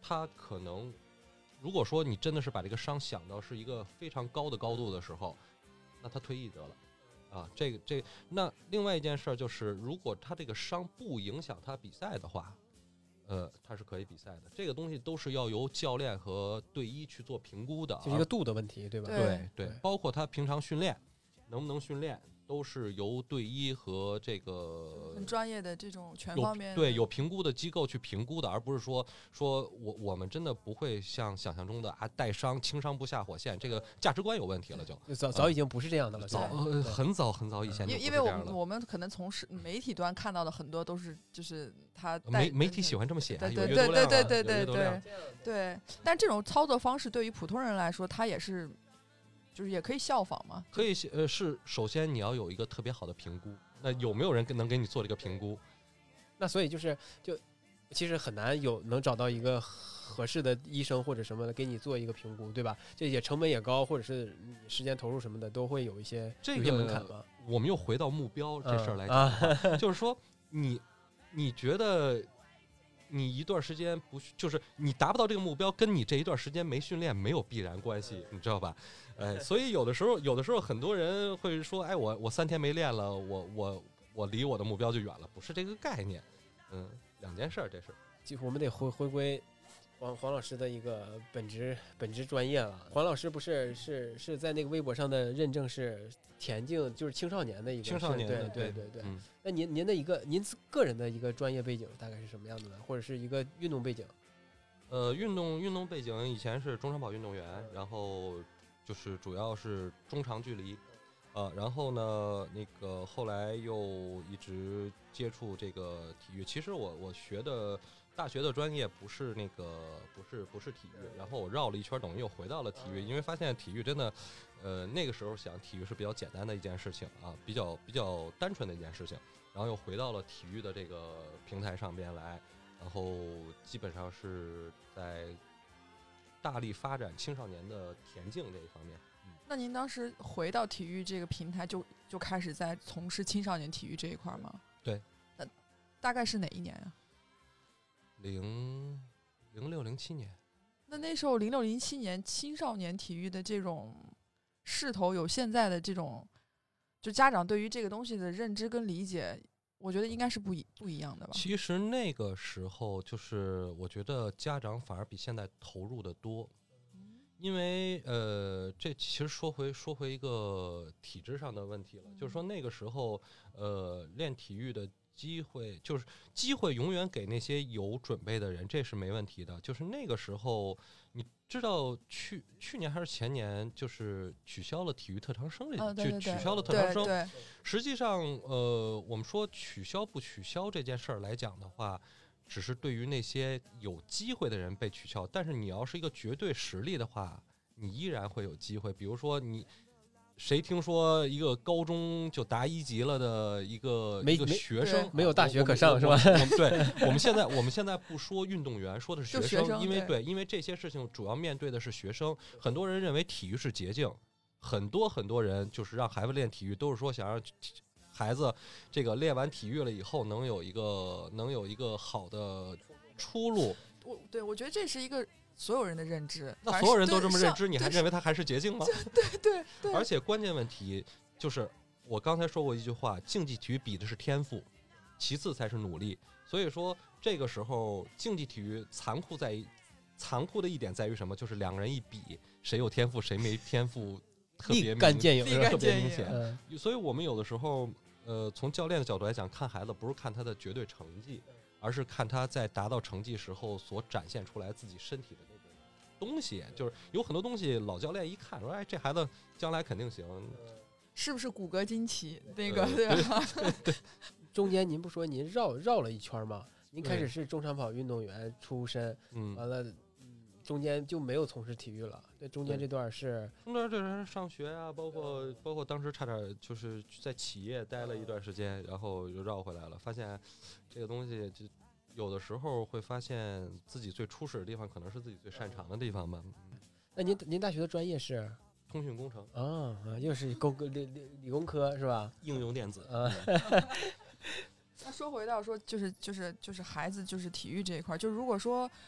他可能如果说你真的是把这个伤想到是一个非常高的高度的时候，那他退役得了。啊，这个这那另外一件事儿就是，如果他这个伤不影响他比赛的话，呃，他是可以比赛的。这个东西都是要由教练和队医去做评估的， 就是一个度的问题，对吧？ 对对对，包括他平常训练能不能训练，都是由队医和这个很专业的这种全有方面对有评估的机构去评估的，而不是说说我我们真的不会像想象中的啊带伤轻伤不下火线，这个价值观有问题了就。 就早早已经不是这样的了， 早对呃很早很早以前就因因为我不是这样了。 们我们可能从是媒体端看到的很多都是就是他带媒媒体喜欢这么写啊， 对有对对对阅读量啊对对对有阅读量对对，但这种操作方式对于普通人来说，他也是就是也可以效仿嘛。 可以呃是首先你要有一个特别好的评估，那有没有人跟能给你做这个评估？ 那所以就是就其实很难有能找到一个合适的医生或者什么的给你做一个评估，对吧？这也成本也高，或者是你时间投入什么的都会有一些这有些门个槛吧。 我们又回到目标这事儿来嗯讲的话，就是说你你觉得你一段时间不就是你达不到这个目标，跟你这一段时间没训练没有必然关系，你知道吧？哎，所以有的时候有的时候很多人会说，哎，我我三天没练了，我我我离我的目标就远了，不是这个概念，嗯，两件事儿，这是。 就我们得回回归黄黄老师的一个本职本职专业了。黄老师不是是是在那个微博上的认证是田径，就是青少年的一个青少年的对对对对。 嗯， 那您您的一个您个人的一个专业背景大概是什么样子的，或者是一个运动背景？ 呃，运动运动背景以前是中长跑运动员，然后就是主要是中长距离，呃，然后呢，那个后来又一直接触这个体育。其实我我学的大学的专业不是那个不是不是体育，然后我绕了一圈，等于又回到了体育，因为发现体育真的，呃，那个时候想体育是比较简单的一件事情啊，比较比较单纯的一件事情，然后又回到了体育的这个平台上边来。然后基本上是在大力发展青少年的田径这一方面。嗯、 那您当时回到体育这个平台就，就就开始在从事青少年体育这一块吗？ 对。 那大概是哪一年啊？ 零零六零七年。 那那时候零六零七年青少年体育的这种势头，有现在的这种，就家长对于这个东西的认知跟理解。我觉得应该是不一不一样的吧。 其实那个时候，就是我觉得家长反而比现在投入的多，因为呃，这其实说回说回一个体制上的问题了，就是说那个时候呃，练体育的机会，就是机会永远给那些有准备的人，这是没问题的。就是那个时候，你知道去去年还是前年，就是取消了体育特长生这， 哦、对对对取消了特长生。 对对实际上，呃，我们说取消不取消这件事儿来讲的话，只是对于那些有机会的人被取消。但是你要是一个绝对实力的话，你依然会有机会。比如说你。谁听说一个高中就达一级了的一个一个学生没有大学可上是吧？ 我们对，我们现在我们现在不说运动员，说的是学生， 学生因为对，因为这些事情主要面对的是学生。很多人认为体育是捷径，很多很多人就是让孩子练体育，都是说想让孩子这个练完体育了以后能有一个能有一个好的出路。 我对我觉得这是一个。所有人的认知， 那所有人都这么认知，你还认为它还是捷径吗？ 对对对。 而且关键问题就是，我刚才说过一句话：竞技体育比的是天赋，其次才是努力。所以说，这个时候竞技体育残酷在残酷的一点在于什么？就是两个人一比，谁有天赋谁没天赋，特别立竿见影， 特别明显。 嗯、 所以我们有的时候，呃，从教练的角度来讲，看孩子不是看他的绝对成绩。而是看他在达到成绩时候所展现出来自己身体的那个东西，就是有很多东西老教练一看说，哎，这孩子将来肯定行， 是不是骨骼惊奇那个、呃、 对吧？ 对。 中间您不说您绕绕了一圈吗？您开始是中长跑运动员出身，嗯，完了，嗯，中间就没有从事体育了。对，中间这段是中间这段上学啊，包括包括当时差点就是在企业待了一段时间，然后又绕回来了，发现这个东西就有的时候会发现自己最初始的地方可能是自己最擅长的地方吧。 那您您大学的专业是通讯工程啊，又是工科理理理工科是吧？ 应用电子啊。 那说回到说就是就是就是孩子就是体育这一块，就如果说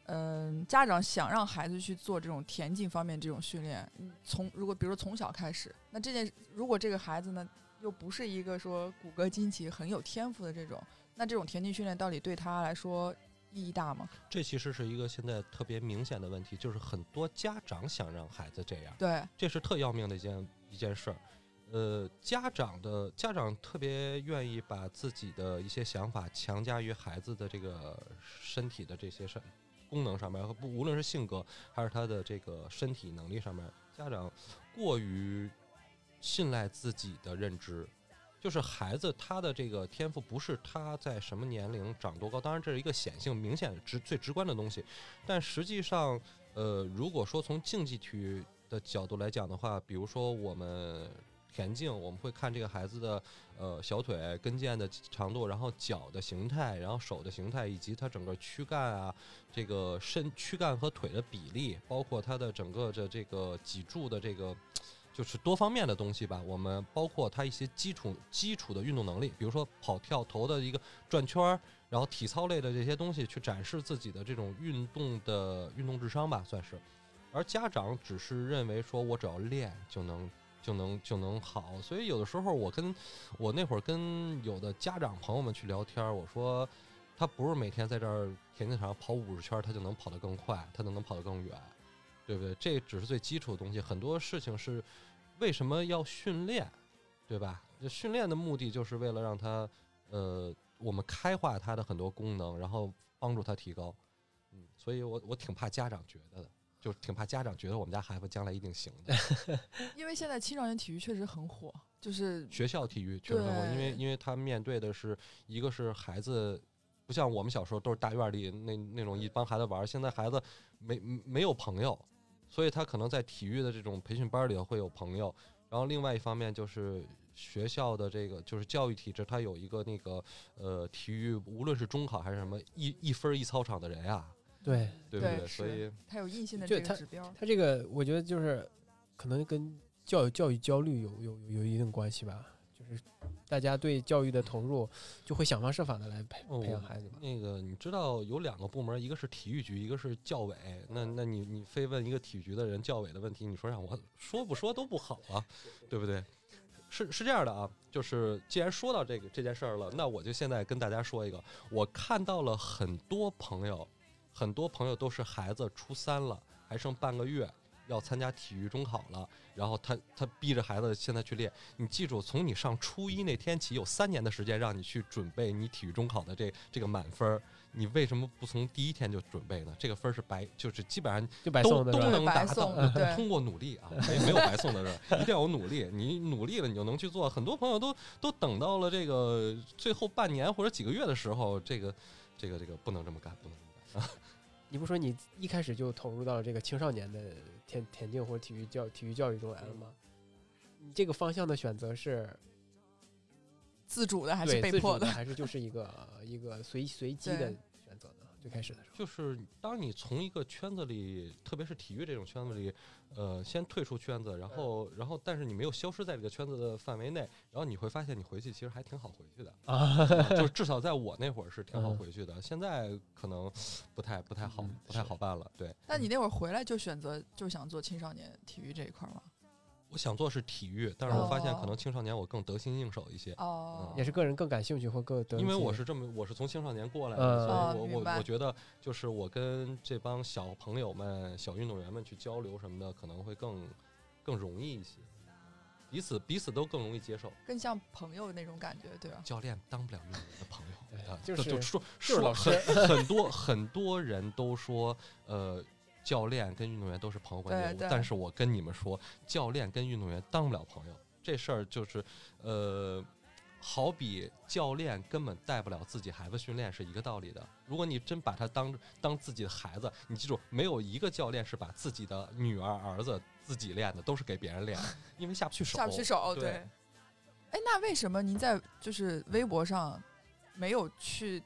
嗯、家长想让孩子去做这种田径方面这种训练，嗯从如果比如说从小开始，那这件如果这个孩子呢又不是一个说骨骼惊奇很有天赋的这种，那这种田径训练到底对他来说意义大吗？ 这其实是一个现在特别明显的问题，就是很多家长想让孩子这样， 对， 这是特要命的一件一件事儿。呃，家长的家长特别愿意把自己的一些想法强加于孩子的这个身体的这些上功能上面，不无论是性格还是他的这个身体能力上面，家长过于信赖自己的认知。就是孩子他的这个天赋不是他在什么年龄长多高，当然这是一个显性明显直最直观的东西，但实际上呃，如果说从竞技体育的角度来讲的话，比如说我们田径，我们会看这个孩子的呃小腿跟腱的长度，然后脚的形态，然后手的形态，以及他整个躯干啊，这个身躯干和腿的比例，包括他的整个的这个脊柱的这个就是多方面的东西吧。我们包括他一些基础基础的运动能力，比如说跑跳投的一个转圈，然后体操类的这些东西，去展示自己的这种运动的运动智商吧，算是。而家长只是认为说我只要练就能就能就能好，所以有的时候我跟我那会儿跟有的家长朋友们去聊天，我说他不是每天在这儿田径场跑五十圈他就能跑得更快，他就能跑得更远，对不对？这只是最基础的东西，很多事情是为什么要训练，对吧？训练的目的就是为了让他呃我们开化他的很多功能，然后帮助他提高。嗯，所以我我挺怕家长觉得的。就挺怕家长觉得我们家孩子将来一定行的， 因为现在青少年体育确实很火，就是学校体育确实很火，因为因为他面对的是一个是孩子，不像我们小时候都是大院里那那种一帮孩子玩，现在孩子没没有朋友，所以他可能在体育的这种培训班里会有朋友。然后另外一方面就是学校的这个就是教育体制，它有一个那个呃体育，无论是中考还是什么，一一分一操场的人啊。 对对不对？ 对所以它有硬性的就这个指标。 他这个我觉得就是可能跟教育教育焦虑有有有有一定关系吧，就是大家对教育的投入就会想方设法的来培培养孩子吧。 那个你知道有两个部门，一个是体育局，一个是教委。那那你你非问一个体育局的人教委的问题，你说让我说不说都不好啊，对不对？是是这样的啊，就是既然说到这个这件事儿了，那我就现在跟大家说一个，我看到了很多朋友。很多朋友都是孩子初三了，还剩半个月要参加体育中考了，然后他他逼着孩子现在去练。你记住，从你上初一那天起，有三年的时间让你去准备你体育中考的这这个满分，你为什么不从第一天就准备呢？这个分是白，就是基本上就白都送的是吧都能达到， 对通过努力啊，没没有白送的事，一定要有努力。你努力了，你就能去做。很多朋友都都等到了这个最后半年或者几个月的时候，这个这个这个不能这么干，不能这么干。啊， 你不说你一开始就投入到了这个青少年的田田径或者体育教体育教育中来了吗？你这个方向的选择是自主的还是对被迫自主的，还是就是一个一个随随机的对选择呢？最开始的时候， 就是当你从一个圈子里，特别是体育这种圈子里，呃，先退出圈子，然后，然后，但是你没有消失在这个圈子的范围内，然后你会发现你回去其实还挺好回去的啊，就是至少在我那会儿是挺好回去的，现在可能不太不太好，不太好办了。对， 那你那会儿回来就选择就想做青少年体育这一块吗？ 我想做是体育，但是我发现可能青少年我更得心应手一些。 哦， 也是个人更感兴趣或更得因为我是这么，我是从青少年过来的， 嗯所以我我哦明白我觉得就是我跟这帮小朋友们、小运动员们去交流什么的，可能会更更容易一些，彼此彼此都更容易接受。 更像朋友那种感觉，对吧？ 教练当不了运动员的朋友，啊， 就是就说就是老师很很多很多人都说，呃。教练跟运动员都是朋友关系， 对对但是我跟你们说，教练跟运动员当不了朋友，这事儿就是，呃，好比教练根本带不了自己孩子训练是一个道理的。如果你真把他当当自己的孩子，你记住，没有一个教练是把自己的女儿、儿子自己练的，都是给别人练，因为下不去手。 下不去手， 对。 哎，那为什么您在就是微博上没有去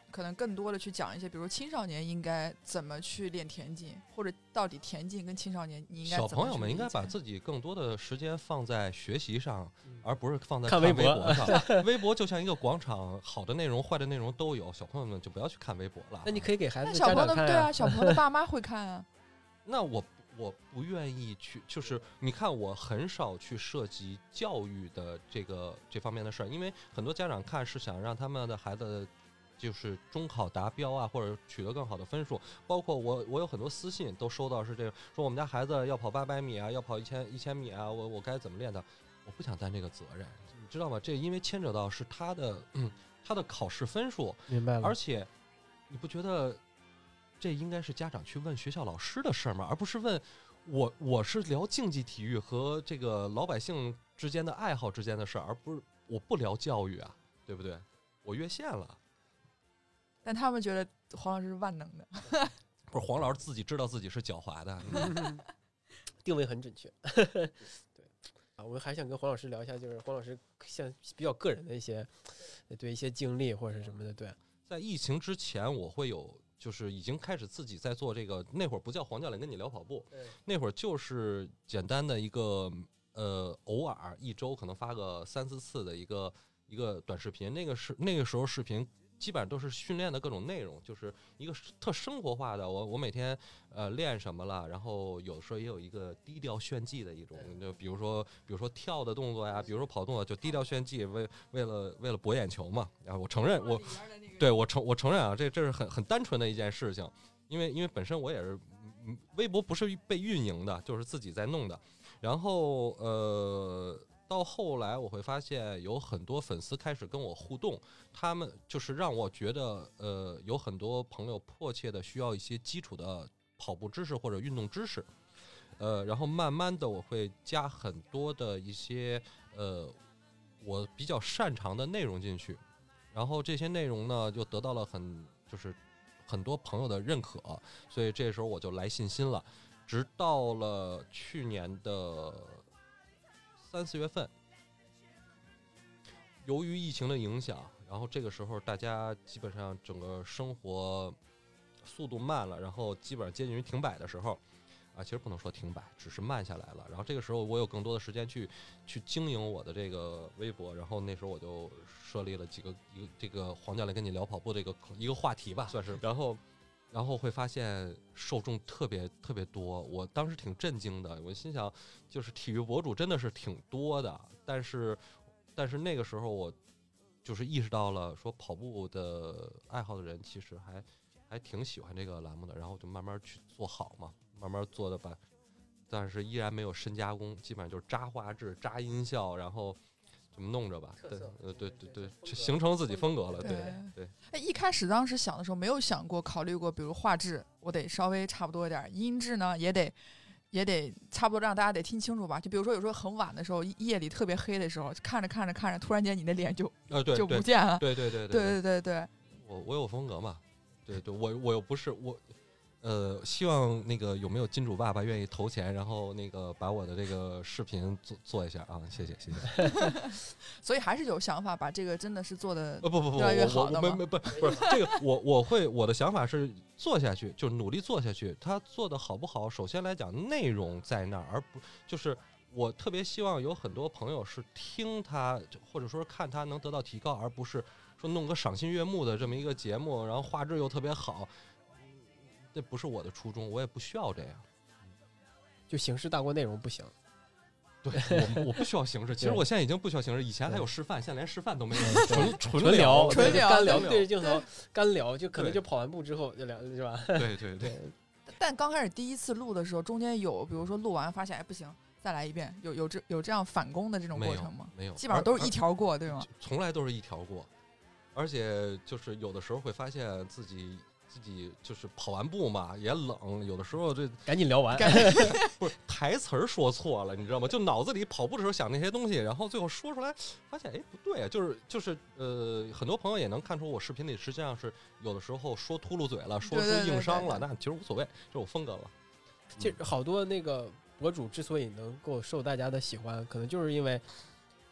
可能更多的去讲一些，比如青少年应该怎么去练田径，或者到底田径跟青少年你应该小怎么朋友们应该把己自己更多的时间放在学习上， 嗯而不是放在看微微博上。微博就像一个广场，好的内容、坏的内容都有，小朋友们就不要去看微博了。 那你可以给孩子那小朋友家长看呀、 的对啊，小朋友的爸妈会看啊。 那我我不愿意去，就是你看，我很少去涉及教育的这个这方面的事儿，因为很多家长看是想让他们的孩子就是中考达标啊，或者取得更好的分数。包括我，我有很多私信都收到是这个，说我们家孩子要跑八百米啊，要跑一千一千米啊，我我该怎么练他？我不想担这个责任，你知道吗？这因为牵扯到是他的嗯他的考试分数， 明白了。 而且你不觉得这应该是家长去问学校老师的事儿吗？而不是问我，我是聊竞技体育和这个老百姓之间的爱好之间的事儿，而不是我不聊教育啊，对不对？我越线了。 但他们觉得黄老师是万能的。 不是黄老师自己知道自己是狡猾的， 定位很准确。对啊，我还想跟黄老师聊一下，就是黄老师像比较个人的一些对一些经历或者是什么的。对， 在疫情之前，我会有就是已经开始自己在做这个，那会儿不叫黄教练跟你聊跑步，那会儿就是简单的一个呃，偶尔一周可能发个三四次的一个一个短视频，那个是那个时候视频。基本上都是训练的各种内容，就是一个特生活化的。我我每天呃练什么了，然后有的时候也有一个低调炫技的一种，就比如说比如说跳的动作呀，比如说跑动作，就低调炫技，为为了为了博眼球嘛。然后我承认我，对我承我承认啊，这这是很很单纯的一件事情，因为因为本身我也是，微博不是被运营的，就是自己在弄的。然后呃。到后来我会发现有很多粉丝开始跟我互动，他们就是让我觉得呃有很多朋友迫切的需要一些基础的跑步知识或者运动知识，呃然后慢慢的我会加很多的一些呃我比较擅长的内容进去，然后这些内容呢就得到了很就是很多朋友的认可，所以这时候我就来信心了，直到了去年的三四月份，由于疫情的影响，然后这个时候大家基本上整个生活速度慢了，然后基本上接近于停摆的时候，啊，其实不能说停摆，只是慢下来了。然后这个时候我有更多的时间去去经营我的这个微博，然后那时候我就设立了几个一个这个黄教练跟你聊跑步这个一个话题吧，算是，然后。然后会发现受众特别特别多，我当时挺震惊的。我心想，就是体育博主真的是挺多的，但是，但是那个时候我就是意识到了，说跑步的爱好的人其实还还挺喜欢这个栏目的，然后就慢慢去做好嘛，慢慢做的吧，但是依然没有深加工，基本上就是扎画质、扎音效，然后。这么弄着吧，对，呃，对对对，形成自己风格了，对对。 哎，一开始当时想的时候，没有想过考虑过，比如画质，我得稍微差不多一点，音质呢也得也得差不多，让大家得听清楚吧。就比如说有时候很晚的时候，夜里特别黑的时候，看着看着看着，突然间你的脸就呃对就不见了， 对对对对对对对。 我我有风格嘛，对对，我我又不是我。呃，希望那个有没有金主爸爸愿意投钱，然后那个把我的这个视频做做一下啊，谢谢谢谢。 所以还是有想法把这个真的是做的呃不不不， 越来越好的吗？ 没没不不是这个，我我会我的想法是做下去，就努力做下去。他做的好不好，首先来讲内容在那儿，而不就是我特别希望有很多朋友是听他或者说看他能得到提高，而不是说弄个赏心悦目的这么一个节目，然后画质又特别好。这不是我的初衷，我也不需要这样。 就形式大过内容不行。 对，我我不需要形式。其实我现在已经不需要形式，以前还有示范，现在连示范都没有，纯纯聊， 纯聊， 干聊，对着镜头干聊，就可能就跑完步之后就聊，是吧？ 对对对。 但刚开始第一次录的时候，中间有比如说录完发现哎不行，再来一遍，有有这有这样返工的这种过程吗？ 没有， 基本上都是一条过，对吗？ 从来都是一条过，而且就是有的时候会发现自己。自己就是跑完步嘛，也冷，有的时候这赶紧聊完， 不是台词儿说错了，你知道吗？就脑子里跑步的时候想那些东西，然后最后说出来，发现哎不对啊，就是就是呃，很多朋友也能看出我视频里实际上是有的时候说秃噜嘴了，说出硬伤了，那其实无所谓，这是我风格了。 其实好多那个博主之所以能够受大家的喜欢，可能就是因为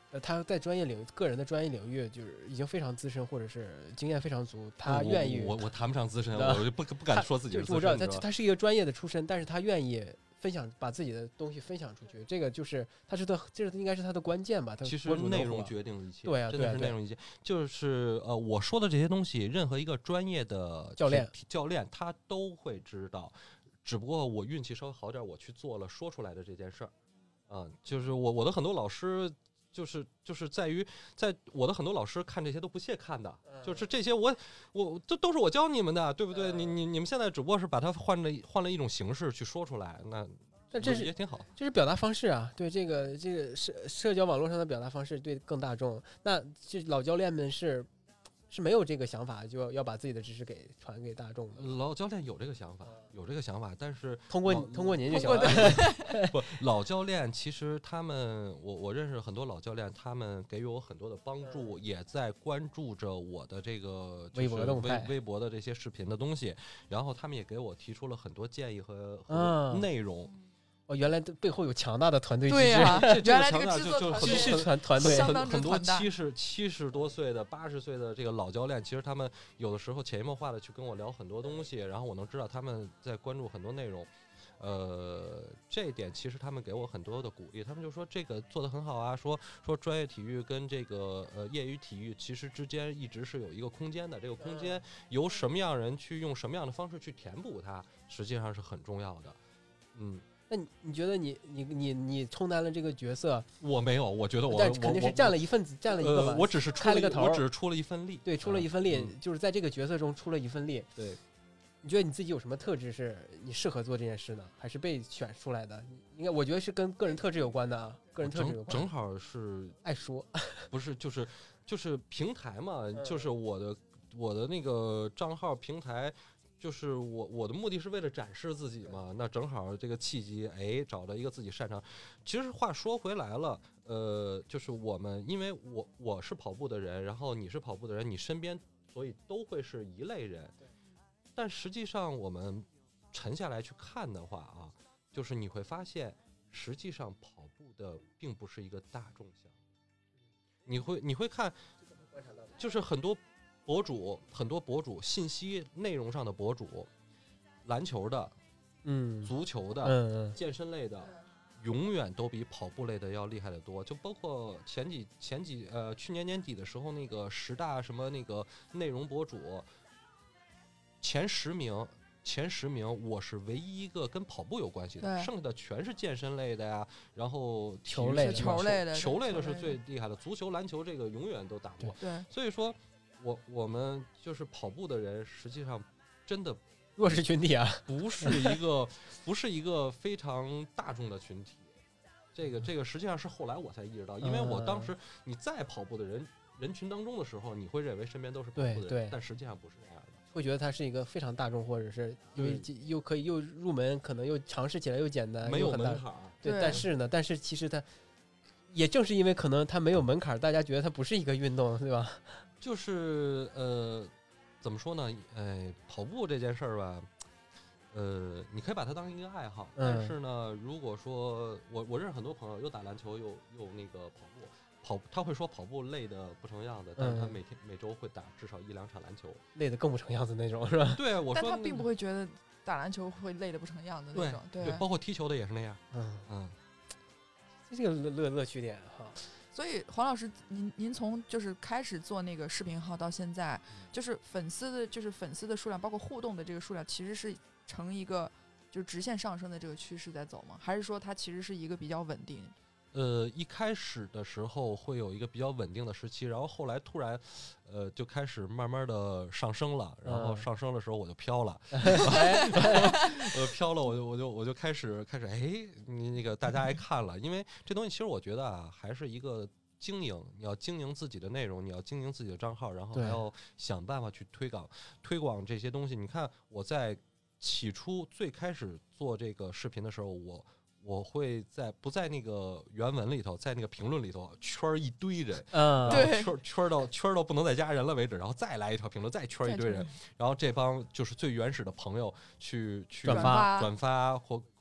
呃，他在专业领个人的专业领域就是已经非常资深，或者是经验非常足，他我愿意我我我谈不上资深， 那我就不不敢说自己就是资深。 我知道他知道吧他是一个专业的出身，但是他愿意分享，把自己的东西分享出去，这个就是他是的，这应该是他的关键吧。他其实博主能内容火决定了一切， 对啊真的对啊对啊是内容一切。就是呃，我说的这些东西，任何一个专业的教练体教练他都会知道，只不过我运气稍微好点，我去做了说出来的这件事儿。啊、就是我我的很多老师。就是就是在于，在我的很多老师看这些都不屑看的，就是这些我我这都是我教你们的，对不对？你你你们现在只不过是把它换了换了一种形式去说出来，那但这是也挺好。 这是表达方式啊，对这个这个社社交网络上的表达方式对更大众。那这老教练们是是没有这个想法，就要要把自己的知识给传给大众的。 老教练有这个想法，有这个想法，但是通过老通过您就行通过了。 不，老教练其实他们，我我认识很多老教练，他们给予我很多的帮助，也在关注着我的这个微博动微态微博的这些视频的东西，然后他们也给我提出了很多建议和嗯和内容。 哦，原来背后有强大的团队机制， 对呀、 这这原来这个个强大就制作团队就很多知识团团队。 相当很很多之团大七十七十多岁的、八十岁的这个老教练，其实他们有的时候潜移默化的去跟我聊很多东西，然后我能知道他们在关注很多内容。呃，这一点其实他们给我很多的鼓励，他们就说这个做得很好啊，说说专业体育跟这个呃业余体育其实之间一直是有一个空间的，这个空间由什么样人去用什么样的方式去填补它，实际上是很重要的。嗯， 那你你觉得你你你你充当了这个角色， 我没有，我觉得我但肯定是我占了一份子，占了一个吧。 呃，我只是出了一开了个头我只是出了一份力， 对，出了嗯一份力， 嗯就是在这个角色中出了一份力。 对。 你觉得你自己有什么特质是你适合做这件事呢？还是被选出来的？应该我觉得是跟个人特质有关的啊，个人特质有关。 正正好是爱说， 不是就是就是平台嘛， 嗯就是我的我的那个账号平台。就是我我的目的是为了展示自己嘛，那正好这个契机，哎，找到一个自己擅长。其实话说回来了，呃，就是我们因为我我是跑步的人，然后你是跑步的人，你身边所以都会是一类人。但实际上我们沉下来去看的话啊，就是你会发现，实际上跑步的并不是一个大众项目。你会你会看，就是很多。博主很多博主信息内容上的博主，篮球的， 嗯， 足球的， 嗯嗯， 健身类的，永远都比跑步类的要厉害得多。就包括前几前几呃去年年底的时候，那个十大什么那个内容博主前十名。前十名，我是唯一一个跟跑步有关系的，剩下的全是健身类的呀，然后球类的球类的球类的是球类最厉害的，足球、篮球这个永远都打不过。 对， 所以说。我我们就是跑步的人，实际上真的弱势群体啊， 不是一个不是一个非常大众的群体。这个这个实际上是后来我才意识到，因为我当时你在跑步的人人群当中的时候，你会认为身边都是跑步的人， 对对但实际上不是那样的。 会觉得它是一个非常大众，或者是因为又可以又入门，可能又尝试起来又简单， 没有很大门槛。 对， 对但是呢，但是其实它也正是因为可能它没有门槛，大家觉得它不是一个运动，对吧？ 就是呃，怎么说呢？哎，跑步这件事儿吧，呃，你可以把它当一个爱好， 嗯但是呢，如果说我我认识很多朋友，又打篮球又又那个跑步，跑他会说跑步累的不成样子，但是他嗯每天每周会打至少一两场篮球， 累得更不成样子那种，是吧？ 对，我说但他并不会觉得打篮球会累得不成样子那对种， 对，包括踢球的也是那样， 嗯， 嗯。 这个乐乐乐趣点哈。 所以黄老师，您您从就是开始做那个视频号到现在，就是粉丝的，就是粉丝的数量，包括互动的这个数量，其实是呈一个就是直线上升的这个趋势在走吗？还是说它其实是一个比较稳定？ 呃，一开始的时候会有一个比较稳定的时期，然后后来突然，呃，就开始慢慢的上升了，然后上升的时候我就飘了，我飘了，我就我就我就开始开始，哎，你那个大家爱看了，因为这东西其实我觉得啊，还是一个经营，你要经营自己的内容，你要经营自己的账号，然后还要想办法去推广推广这些东西。你看我在起初最开始做这个视频的时候，我。我会在不在那个原文里头，在那个评论里头圈一堆人， 嗯， 对， 圈圈到圈到不能再加人了为止，然后再来一条评论，再圈一堆人，然后这帮就是最原始的朋友去去转发转发或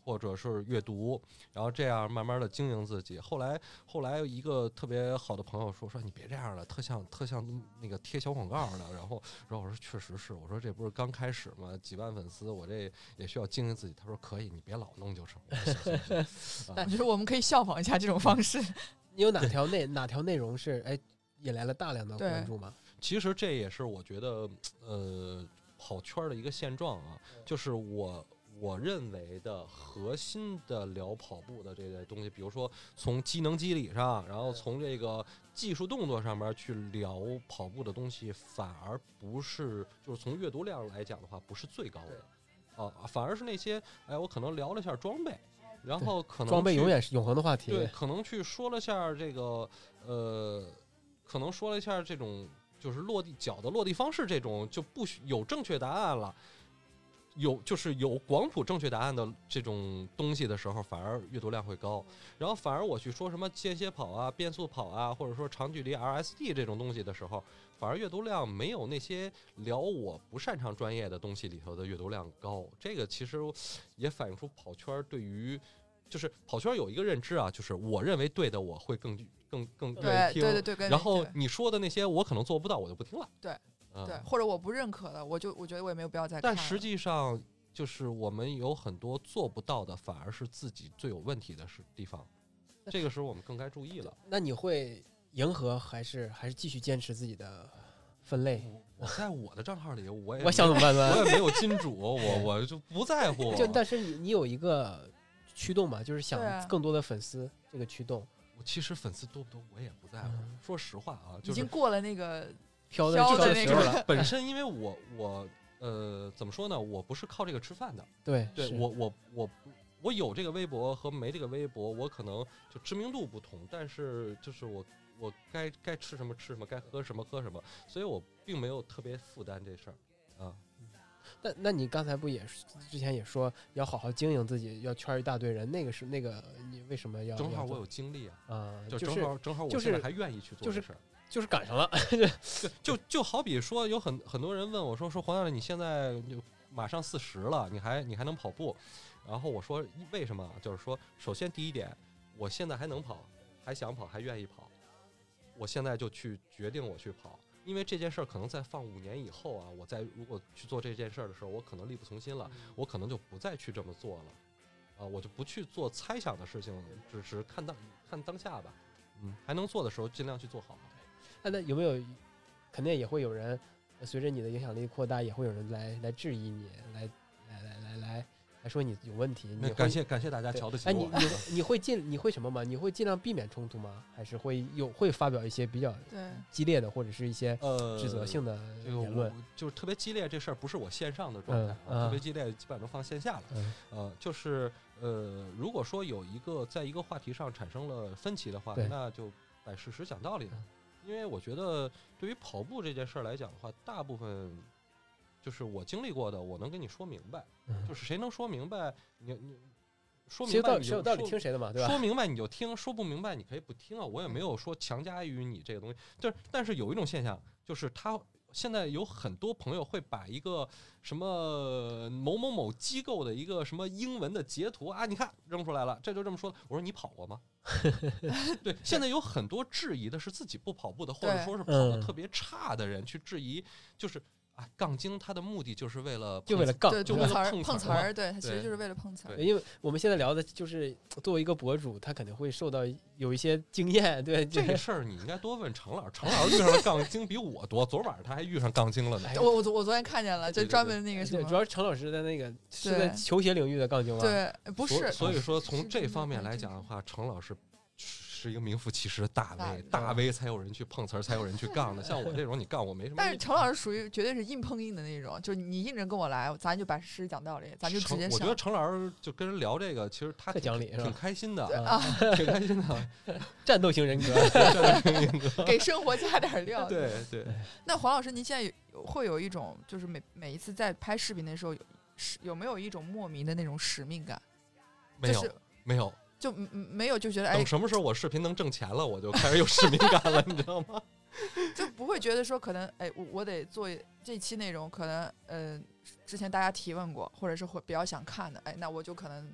或者是阅读，然后这样慢慢的经营自己。后来后来一个特别好的朋友说说你别这样了，特像特像那个贴小广告的。然后然后我说确实是，我说这不是刚开始吗？几万粉丝，我这也需要经营自己。他说可以，你别老弄就成。我说行行行我觉得我们可以效仿一下这种方式。 你有哪条内哪条内容是哎引来了大量的对关注吗？ 其实这也是我觉得呃跑圈的一个现状啊，就是我。我认为的核心的聊跑步的这类东西，比如说从机能机理上，然后从这个技术动作上面去聊跑步的东西，反而不是就是从阅读量来讲的话，不是最高的啊，反而是那些哎，我可能聊了一下装备，然后可能装备永远是永恒的话题。 对，可能去说了下这个呃，可能说了一下这种就是落地脚的落地方式，这种就不许有正确答案了。有就是有广谱正确答案的这种东西的时候，反而阅读量会高。然后反而我去说什么间歇跑啊、变速跑啊，或者说长距离 R S D 这种东西的时候，反而阅读量没有那些聊我不擅长专业的东西里头的阅读量高。这个其实也反映出跑圈对于，就是跑圈有一个认知啊，就是我认为对的我会更更更愿意听， 对对对对， 然后你说的那些我可能做不到，我就不听了。 对。对， 嗯、 或者我不认可的，我就我觉得我也没有必要再看。 但实际上，就是我们有很多做不到的，反而是自己最有问题的是地方。这个时候我们更该注意了。 那你会迎合还是还是继续坚持自己的分类？ 我在我的账号里，我也我想怎么办呢？ 我也没有金主，我我就不在乎。 就但是你你有一个驱动嘛，就是想啊更多的粉丝这个驱动。 我其实粉丝多不多我也不在乎。 嗯、 说实话啊，就是、 已经过了那个。 飘的的那个了。 本身因为我我呃怎么说呢？我不是靠这个吃饭的。 对， 对我我我我有这个微博和没这个微博，我可能就知名度不同，但是就是我我该该吃什么吃什么，该喝什么喝什么，所以我并没有特别负担这事儿啊。 那那你刚才不也之前也说要好好经营自己，要圈一大堆人，那个是那个你为什么要？ 正好我有精力啊， 啊， 就正好、就是、正好我现在还愿意去做这事儿。 就是赶上了， 就就就好比说，有很很多人问我说说黄教练，你现在就马上四十了，你还你还能跑步？然后我说为什么？就是说，首先第一点，我现在还能跑，还想跑，还愿意跑，我现在就去决定我去跑，因为这件事儿可能在放五年以后啊，我再如果去做这件事儿的时候，我可能力不从心了，我可能就不再去这么做了，啊，我就不去做猜想的事情，只是看当看当下吧，嗯，还能做的时候尽量去做好。 那有没有肯定也会有人随着你的影响力扩大，也会有人来来质疑你，来来来来来来说你有问题。你感谢感谢大家瞧得起我。 哎，你你你会尽你会什么吗？你会尽量避免冲突吗？还是会有会发表一些比较激烈的或者是一些指责性的言论？ 呃、就是特别激烈这事儿不是我线上的状态、啊嗯嗯，特别激烈基本上都放线下了。嗯、呃，就是呃，如果说有一个在一个话题上产生了分歧的话，那就摆事实讲道理了。嗯，因为我觉得对于跑步这件事儿来讲的话，大部分就是我经历过的，我能跟你说明白。嗯、就是谁能说明白，你你说明白你就到底听谁的嘛，对吧？ 说明白你就听，说不明白你可以不听啊。我也没有说强加于你这个东西。就是，但是有一种现象，就是他现在有很多朋友会把一个什么某某某机构的一个什么英文的截图啊，你看扔出来了，这就这么说的。我说你跑过吗？对，现在有很多质疑的是自己不跑步的，或者说是跑得特别差的人去质疑，就是啊，杠精他的目的就是为了就为了杠， 就为了碰碰瓷儿，对，他其实就是为了碰瓷儿。 因为我们现在聊的就是作为一个博主，他肯定会受到有一些经验，对这个事儿你应该多问常老师，常老师遇上的杠精比我多，昨晚上他还遇上杠精了呢。 我我我昨天看见了，就专门那个什么， 主要是常老师的那个是在球鞋领域的杠精吗？ 对，不是。 所以说从这方面来讲的话，常老师是一个名副其实的大 V， 大 V 才有人去碰瓷儿，才有人去杠的。像我这种，你杠我没什么。 但是程老师属于绝对是硬碰硬的那种，就是你硬着跟我来，咱就把事实讲道理，咱就直接上。 我觉得程老师就跟人聊这个，其实他讲理挺开心的啊， 挺开心的， 战斗型人格， 战斗型人格， 给生活加点料。 对对。 那黄老师，您现在有会有一种，就是每每一次在拍视频的时候，有有没有一种莫名的那种使命感？ 没有， 就是、 没有。 就没有就觉得哎， 等什么时候我视频能挣钱了，我就开始有使命感了，你知道吗？ 就不会觉得说可能哎，我我得做这期内容，可能呃之前大家提问过，或者是会比较想看的，哎，那我就可能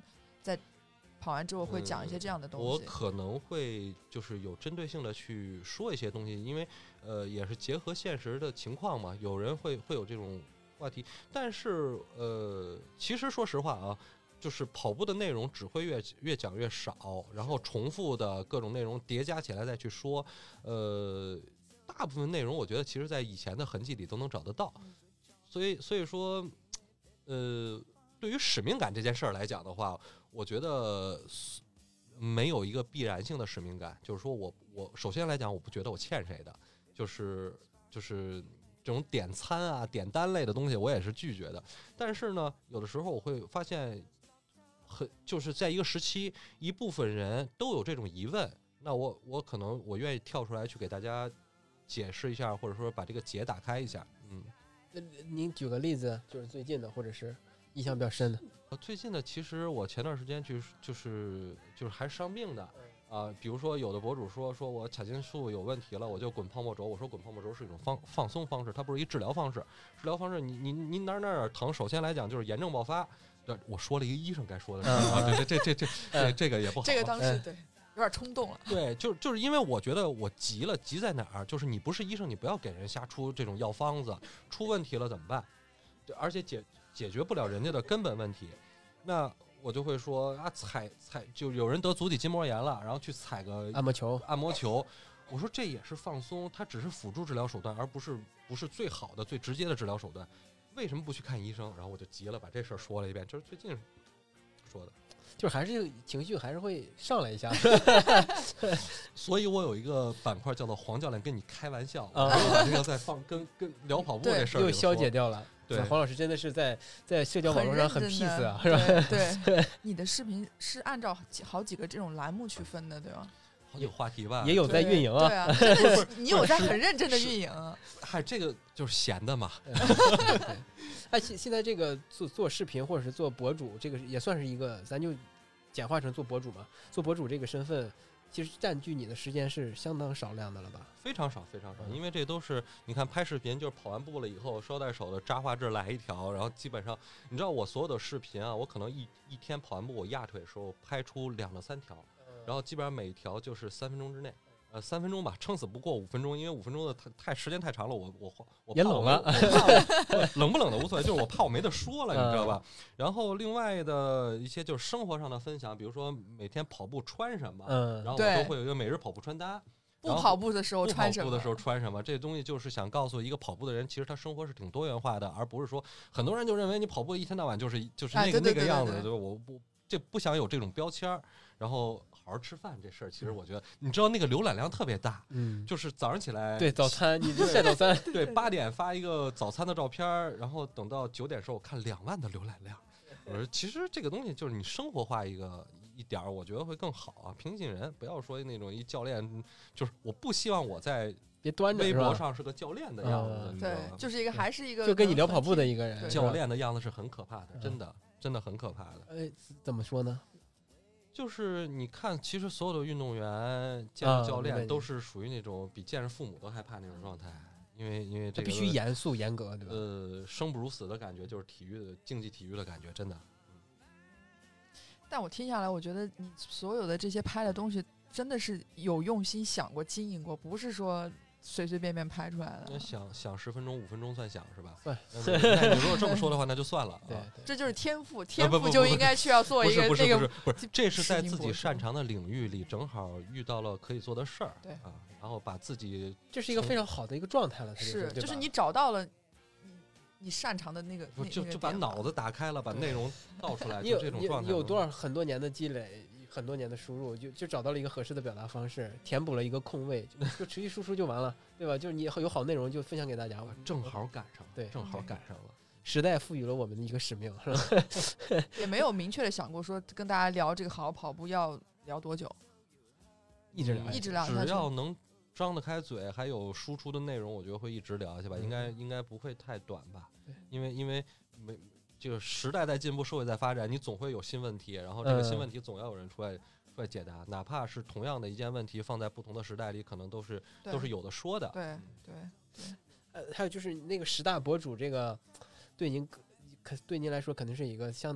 在跑完之后会讲一些这样的东西。 我可能会就是有针对性的去说一些东西，因为呃也是结合现实的情况嘛，有人会会有这种话题，但是呃其实说实话啊，就是跑步的内容只会越越讲越少，然后重复的各种内容叠加起来再去说，呃大部分内容我觉得其实在以前的痕迹里都能找得到，所以所以说呃对于使命感这件事儿来讲的话，我觉得没有一个必然性的使命感，就是说我我首先来讲，我不觉得我欠谁的，就是就是这种点餐啊、点单类的东西，我也是拒绝的。但是呢，有的时候我会发现，很就是在一个时期，一部分人都有这种疑问，那我我可能我愿意跳出来去给大家解释一下，或者说把这个结打开一下。嗯， 那您举个例子，就是最近的，或者是印象比较深的。 最近的，其实我前段时间去就是就是还伤病的啊、呃，比如说有的博主说说我髂胫束有问题了，我就滚泡沫轴。我说滚泡沫轴是一种放放松方式，它不是一治疗方式。治疗方式你你你哪哪哪疼，首先来讲就是炎症爆发。这我说了一个医生该说的事啊，这这这这这这个也不好。 这个当时对有点冲动了。 对，就就是因为我觉得我急了，急在哪儿？就是你不是医生，你不要给人瞎出这种药方子，出问题了怎么办？而且解解决不了人家的根本问题。那我就会说啊，踩踩就有人得足底筋膜炎了，然后去踩个按摩球， 按摩球。我说这也是放松，它只是辅助治疗手段，而不是不是最好的、最直接的治疗手段。为什么不去看医生？然后我就急了，把这事儿说了一遍，这是最近说的。 就是还是情绪还是会上来一下。 所以我有一个板块叫做黄教练跟你开玩笑， 啊、 我把这个再放跟跟聊跑步这事儿又消解掉了。 对， 黄老师真的是在在社交网络上很 peace 啊，是吧？ 对，对你的视频是按照好几个这种栏目去分的，对吧？ 好几个话题吧， 也有在运营啊。 对啊，真的是你有在很认真的运营。 嗨，这个就是闲的嘛。 哎，现现在这个做做视频或者是做博主，这个也算是一个，咱就简化成做博主嘛。做博主这个身份，其实占据你的时间是相当少量的了吧？ 非常少，非常少，因为这都是你看拍视频，就是跑完步了以后，捎带手的扎画质来一条，然后基本上，你知道我所有的视频啊，我可能一一天跑完步，我压腿的时候拍出两到三条，然后基本上每条就是三分钟之内。呃，三分钟吧，撑死不过五分钟，因为五分钟的太太时间太长了，我我我也冷了， 冷不冷的无所谓，就是我怕我没得说了，你知道吧？然后另外的一些就是生活上的分享，比如说每天跑步穿什么， 嗯， 然后我都会有一个每日跑步穿搭。 不跑步的时候穿什么？ 不跑步的时候穿什么？这东西就是想告诉一个跑步的人，其实他生活是挺多元化的，而不是说很多人就认为你跑步一天到晚就是就是那个、 哎、对对对对对那个样子，对吧？我不这不想有这种标签儿，然后。好好吃饭这事儿，其实我觉得，你知道那个浏览量特别大， 嗯， 就是早上起来， 对早餐，你晒早餐， 对八点发一个早餐的照片，然后等到九点时候我看两万的浏览量，我说其实这个东西就是你生活化一个一点儿，我觉得会更好啊，平静人，不要说那种一教练，就是我不希望我在别端着微博上是个教练的样子， 嗯、对，就是一个还是一个就跟你聊跑步的一个人， 教练的样子是很可怕的，真的真的很可怕的。 呃，怎么说呢？ 就是你看，其实所有的运动员、健身教练都是属于那种比见着父母都害怕那种状态，因为因为这个必须严肃严格，对吧？ 呃，生不如死的感觉，就是体育的竞技体育的感觉，真的。 但我听下来，我觉得你所有的这些拍的东西，真的是有用心想过、经营过，不是说随随便便拍出来的。 那想想十分钟、五分钟算想是吧？ 对。 那你如果这么说的话，那就算了。 对， 这就是天赋，天赋就应该去要做一个那个。 不是，这是在自己擅长的领域里，正好遇到了可以做的事儿。 对啊，然后把自己， 这是一个非常好的一个状态了。 是， 就就是你找到了你你擅长的那个， 就就把脑子打开了，把内容倒出来， 就这种状态。 有多少很多年的积累。很多年的输入，就就找到了一个合适的表达方式，填补了一个空位，就就持续输出就完了，对吧？就是你有好内容就分享给大家， 正好赶上， 对， 正好赶上了。 时代赋予了我们的一个使命，是吧？ 也没有明确的想过说跟大家聊这个好好跑步要聊多久， 一直聊， 一直聊， 只要能张得开嘴，还有输出的内容，我觉得会一直聊下去吧，应该应该不会太短吧？因为因为没。这个时代在进步，社会在发展，你总会有新问题，然后这个新问题总要有人出来、嗯、出来解答，哪怕是同样的一件问题，放在不同的时代里，可能都是都是有的说的。 对对对。 呃，还有就是那个十大博主，这个对您可对您来说肯定是一个相当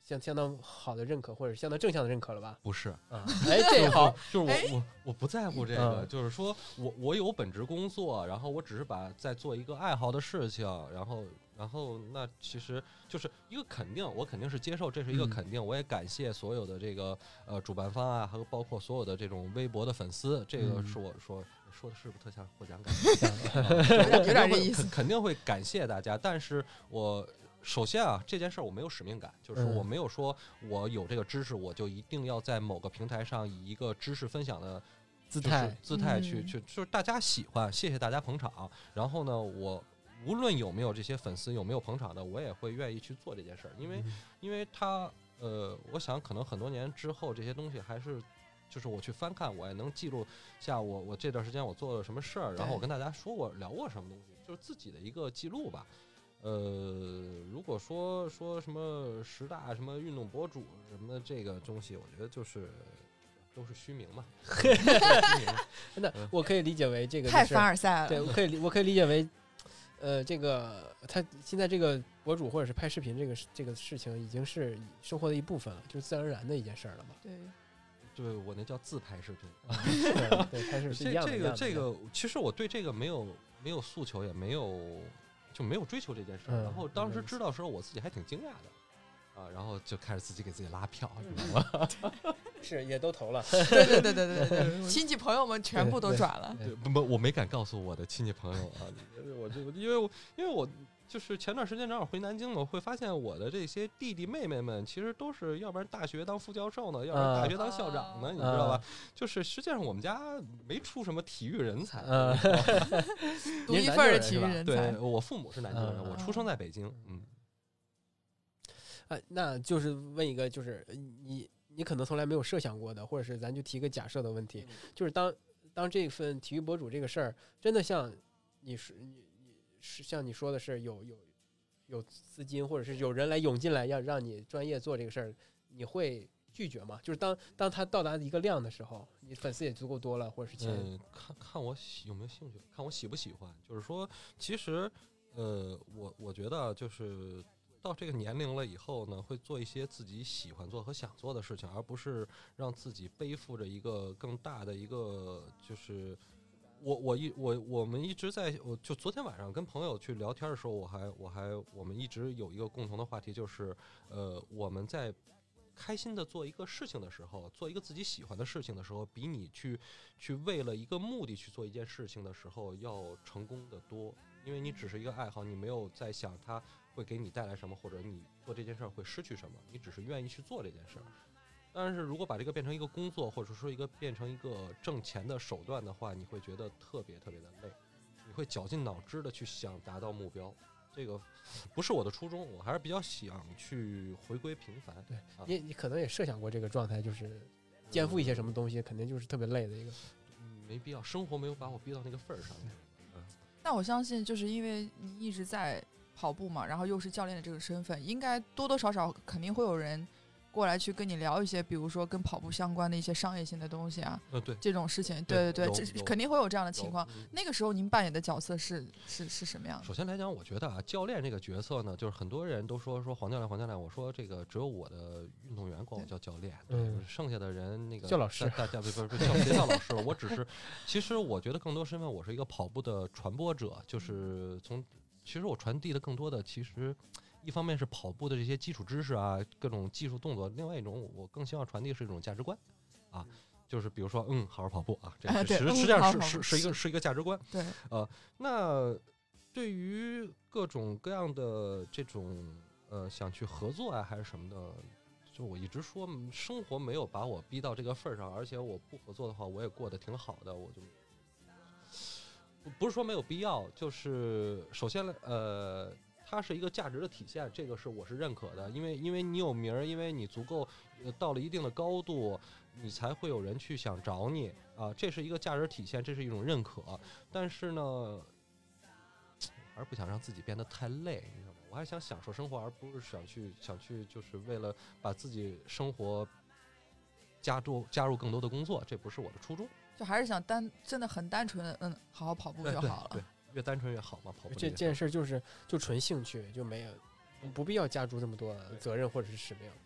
相相当好的认可，或者相当正向的认可了吧？ 不是， 啊，哎，这好， 就是哎我我我不在乎这个， 嗯就是说我我有本职工作，然后我只是把在做一个爱好的事情，然后然后那其实就是一个肯定，我肯定是接受，这是一个嗯肯定，我也感谢所有的这个呃主办方啊，还有包括所有的这种微博的粉丝，这个嗯是我说。说的是不是特像获奖感？ 有点有点这会意思肯肯定会感谢大家，但是我首先啊，这件事儿我没有使命感，就是嗯我没有说我有这个知识，我就一定要在某个平台上以一个知识分享的就是姿态， 姿态去嗯去，就是大家喜欢，谢谢大家捧场。然后呢，我无论有没有这些粉丝，有没有捧场的，我也会愿意去做这件事儿，因为嗯因为他呃，我想可能很多年之后，这些东西还是。就是我去翻看，我也能记录下我我这段时间我做了什么事儿，然后我跟大家说过聊过什么东西，就是自己的一个记录吧。呃，如果说说什么十大什么运动博主什么的这个东西，我觉得就是都是虚名嘛。虚名那嗯我可以理解为这个太就是凡尔赛了。 对，我可以理我可以理解为，呃，这个他现在这个博主或者是拍视频这个事这个事情已经是生活的一部分了，就是自然而然的一件事儿了嘛。 对， 对我那叫自拍视频。 对，对拍视是一这样的。 这一样的个这个，其实我对这个没有没有诉求，也没有就没有追求这件事儿。 嗯然后当时知道的时候，我自己还挺惊讶的啊，然后就开始自己给自己拉票，你知道吗？ 是也都投了。 对对对对对对对，亲戚朋友们全部都对对转了。 对对，不不，我没敢告诉我的亲戚朋友啊，我就因为我因为我就是前段时间正好回南京嘛，我会发现我的这些弟弟妹妹们其实都是要不然大学当副教授呢，要不然大学当校长呢， 啊你知道吧？就是实际上我们家没出什么体育人才。 嗯， 独您是南一份儿的体育京人是吧人才对，我父母是南京人， 嗯我出生在北京。嗯， 啊，那就是问一个，就是你你可能从来没有设想过的，或者是咱就提个假设的问题，就是当当这份体育博主这个事儿真的像你说你你是像你说的是有有有资金，或者是有人来涌进来要让你专业做这个事儿，你会拒绝吗？就是当当他到达一个量的时候，你粉丝也足够多了，或者是钱， 嗯，看看我喜有没有兴趣，看我喜不喜欢。就是说，其实，呃，我我觉得就是到这个年龄了以后呢，会做一些自己喜欢做和想做的事情，而不是让自己背负着一个更大的一个就是。我我一我我们一直在，我就昨天晚上跟朋友去聊天的时候，我还我还我们一直有一个共同的话题，就是呃我们在开心的做一个事情的时候，做一个自己喜欢的事情的时候，比你去去为了一个目的去做一件事情的时候要成功的多，因为你只是一个爱好，你没有在想它会给你带来什么，或者你做这件事儿会失去什么，你只是愿意去做这件事儿。但是如果把这个变成一个工作，或者说一个变成一个挣钱的手段的话，你会觉得特别特别的累，你会绞尽脑汁的去想达到目标。这个不是我的初衷，我还是比较想去回归平凡。 对啊你你可能也设想过这个状态，就是肩负一些什么东西，肯定就是特别累的一个。 嗯，没必要，生活没有把我逼到那个份儿上。 那我相信，就是因为你一直在跑步嘛，然后又是教练的这个身份，应该多多少少肯定会有人过来去跟你聊一些，比如说跟跑步相关的一些商业性的东西啊， 呃，对， 这种事情。 对对对对，这有有肯定会有这样的情况。 有嗯那个时候您扮演的角色是是是什么样的？ 首先来讲，我觉得啊，教练这个角色呢，就是很多人都说说黄教练，黄教练，我说这个只有我的运动员管我叫教练，对， 嗯剩下的人那个叫老师大大家不不不叫别叫老师，我只是，其实我觉得更多身份，我是一个跑步的传播者，就是从，其实我传递的更多的其实。一方面是跑步的这些基础知识啊，各种技术动作；另外一种，我更希望传递是一种价值观，啊，就是比如说，嗯，好好跑步啊，这哎对嗯实实际上好好跑步是是是一个是一个价值观。 对， 呃，那对于各种各样的这种呃想去合作啊，还是什么的，就我一直说，生活没有把我逼到这个份儿上，而且我不合作的话，我也过得挺好的，我就不不是说没有必要，就是首先呃。它是一个价值的体现，这个是我是认可的，因为因为你有名儿，因为你足够呃到了一定的高度，你才会有人去想找你啊，这是一个价值体现，这是一种认可。但是呢，我还是不想让自己变得太累，你知道吗？我还想享受生活，而不是想去想去就是为了把自己生活加入加入更多的工作，这不是我的初衷。 就还是想单真的很单纯的，嗯，好好跑步就好了。 对，对越单纯越好嘛，跑步这件事就是就纯兴趣，就没有不必要加注这么多责任或者是使命。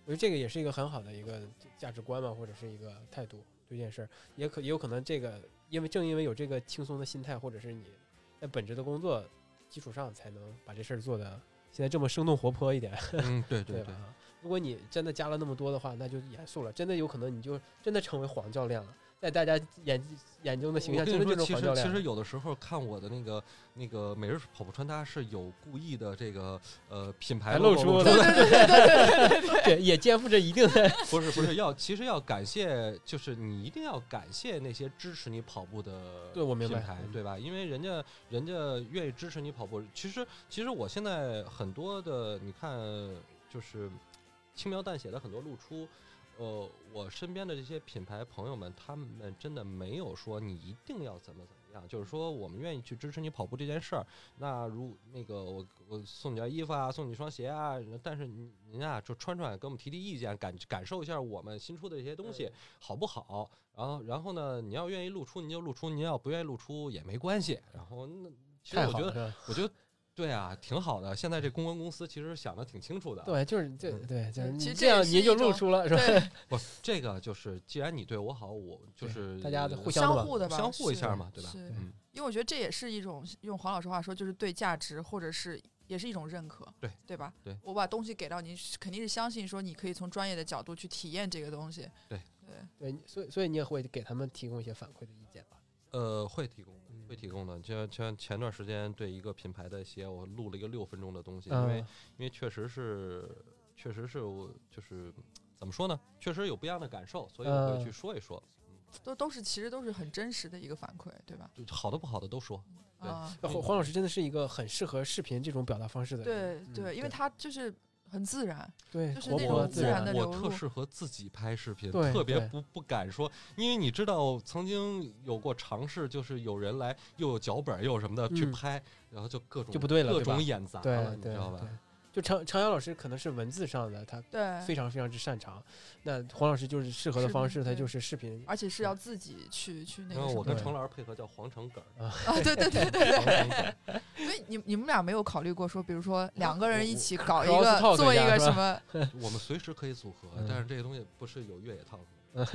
我觉得这个也是一个很好的一个价值观嘛，或者是一个态度对这件事儿，也可也有可能这个，因为正因为有这个轻松的心态，或者是你在本职的工作基础上，才能把这事儿做的现在这么生动活泼一点。 嗯，对对对。 对吧？如果你真的加了那么多的话，那就严肃了，真的有可能你就真的成为黄教练了，在大家眼眼中的形象真的就是其黄教练。 实其实有的时候看我的那个那个每日跑步穿搭是有故意的这个呃品牌露出的， 对对对对对对，也肩负着一定的不是不是要其实要感谢，就是你一定要感谢那些支持你跑步的对我明白品牌，对吧？因为人家人家愿意支持你跑步。其实其实我现在很多的你看就是轻描淡写的很多露出。呃，我身边的这些品牌朋友们，他们真的没有说你一定要怎么怎么样，就是说我们愿意去支持你跑步这件事儿。那如那个我我送你件衣服啊，送你双鞋啊，但是您您啊就穿穿，给我们提提意见，感感受一下我们新出的这些东西好不好？然后然后呢，你要愿意露出您就露出，您要不愿意露出也没关系。然后那其实我觉得，我觉得。对啊，挺好的。现在这公关公司其实想的挺清楚的。 对，就是对对，就是其实这样您就露出了，是吧？ 不，这个就是既然你对我好，我就是大家的互相互的吧， 相互一下嘛，对吧？ 嗯，因为我觉得这也是一种用黄老师话说，就是对价值或者是也是一种认可， 对对吧？ 对， 我把东西给到你，肯定是相信说你可以从专业的角度去体验这个东西。 对对对，所以所以你也会给他们提供一些反馈的意见吧？ 呃，会提供。会提供的，就像像前段时间对一个品牌的鞋，我录了一个六分钟的东西，因为、嗯、因为确实是确实是我就是怎么说呢，确实有不一样的感受，所以我会去说一说。 嗯，都都是其实都是很真实的一个反馈，对吧？ 好的不好的都说。对， 啊、 黄黄老师真的是一个很适合视频这种表达方式的人。对对、嗯，因为他就是。很自然， 对， 就是那种自然的流露。 我特适合自己拍视频，特别不不敢说，因为你知道，曾经有过尝试，就是有人来又有脚本又有什么的、嗯、去拍，然后就各种就不对了， 各种演杂了，你知道吧？ 就常常阳老师可能是文字上的，他非常非常之擅长。那黄老师就是适合的方式，他就是视频， 而且是要自己去去那个。 然后我跟程老师配合叫黄城梗啊，对对对对对。所以你你们俩没有考虑过说，比如说两个人一起搞一个做一个什么？ 我们随时可以组合，但是这个东西不是有越野套。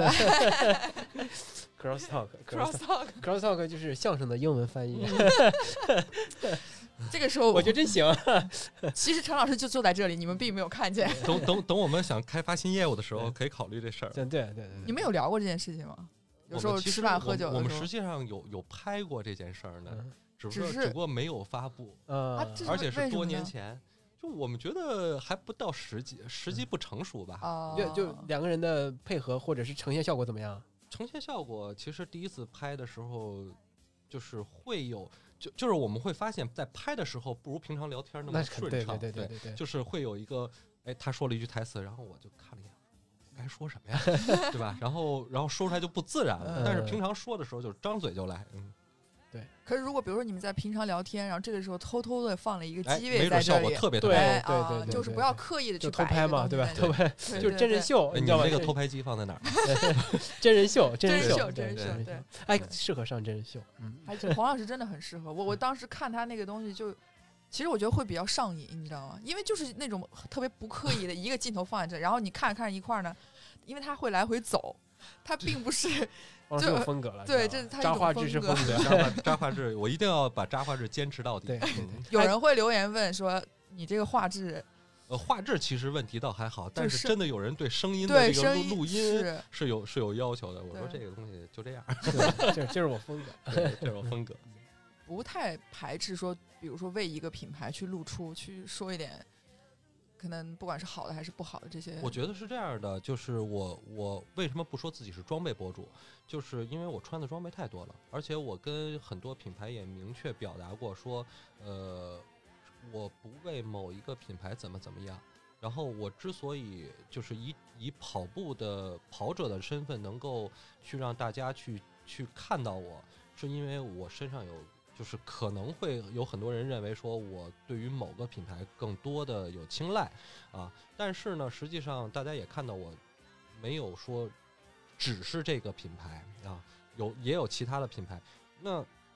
cross talk，cross talk，cross talk 就是相声的英文翻译。 这个时候我觉得真行。 其实陈老师就坐在这里，你们并没有看见。 等等等，我们想开发新业务的时候，可以考虑这事儿。 对对对， 你们有聊过这件事情吗？有时候吃饭喝酒的时候， 我们实际上有有拍过这件事儿呢，只不过只不过没有发布， 啊， 而且是多年前。就我们觉得还不到时机，时机不成熟吧？ 啊， 就就两个人的配合或者是呈现效果怎么样？ 呈现效果其实第一次拍的时候，就是会有。就就是我们会发现，在拍的时候不如平常聊天那么顺畅， 对对对对， 就是会有一个，哎，他说了一句台词，然后我就看了一眼，我该说什么呀，对吧？然后然后说出来就不自然了，但是平常说的时候就是张嘴就来，嗯， 对。 可是如果比如说你们在平常聊天，然后这个时候偷偷的放了一个机位在这里， 效果特别对对对， 就是不要刻意的去偷拍嘛，对吧？偷拍就是真人秀， 你知道吗？这个偷拍机放在哪儿？ 真人秀， 真人秀，真人秀，对， 哎，适合上真人秀。 嗯，还黄老师真的很适合我。我当时看他那个东西，就其实我觉得会比较上瘾，你知道吗？因为就是那种特别不刻意的一个镜头放在这，然后你看着看着一块儿呢，因为他会来回走，他并不是。 就有风格了， 对，这是他扎画质是风格， 扎画扎画质，我一定要把扎画质坚持到底。 对， 有人会留言问说：“你这个画质， 呃，画质其实问题倒还好，但是真的有人对声音的这个录录音是有是有要求的。我说这个东西就这样， 这这是我风格， 这是我风格。 不太排斥说，比如说为一个品牌去露出，去说一点。”可能不管是好的还是不好的这些， 我觉得是这样的，就是我我为什么不说自己是装备博主，就是因为我穿的装备太多了，而且我跟很多品牌也明确表达过说，呃，我不为某一个品牌怎么怎么样。然后我之所以就是以以跑步的跑者的身份能够去让大家去去看到我，是因为我身上有。就是可能会有很多人认为说我对于某个品牌更多的有青睐啊，但是呢，实际上大家也看到我没有说只是这个品牌啊，有也有其他的品牌。那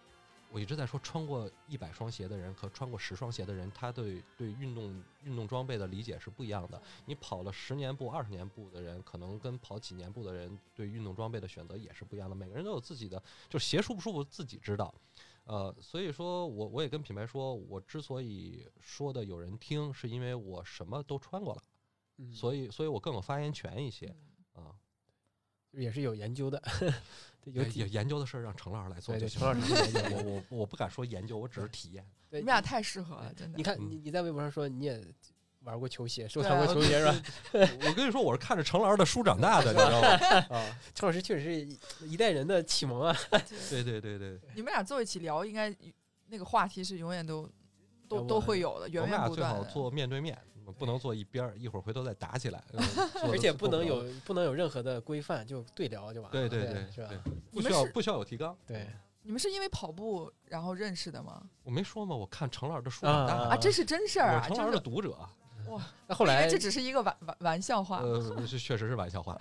我一直在说，穿过一百双鞋的人和穿过十双鞋的人，他对对运动运动装备的理解是不一样的。你跑了十年步、二十年步的人，可能跟跑几年步的人对运动装备的选择也是不一样的。每个人都有自己的，就鞋舒不舒服自己知道。呃，所以说我我也跟品牌说，我之所以说的有人听，是因为我什么都穿过了， 嗯、 所以所以我更有发言权一些啊。 也是有研究的，有研研究的事儿让程老师来做就行。 程老师研究， 我我我不敢说研究，我只是体验。 你们俩太适合了，真的。 你看你你在微博上说你也玩过球鞋，收藏过球鞋是吧？ 我跟你说，我是看着程老师的书长大的，你知道吗？ 啊，程老师确实是一代人的启蒙啊。 对对对对， 你们俩坐一起聊，应该那个话题是永远都都都会有的，源源不断的。 我们俩最好坐面对面。不能坐一边儿，一会儿回头再打起来。 而且不能有不能有任何的规范，就对聊就完了。 对对对， 是吧？ 不需要不需要有提纲。 对， 你们是因为跑步然后认识的吗？ 我没说吗？我看程老师的书长大啊，这是真事儿啊！ 程老师的读者。 哇， 那后来这只是一个玩玩玩笑话。 呃，这确实是玩笑话。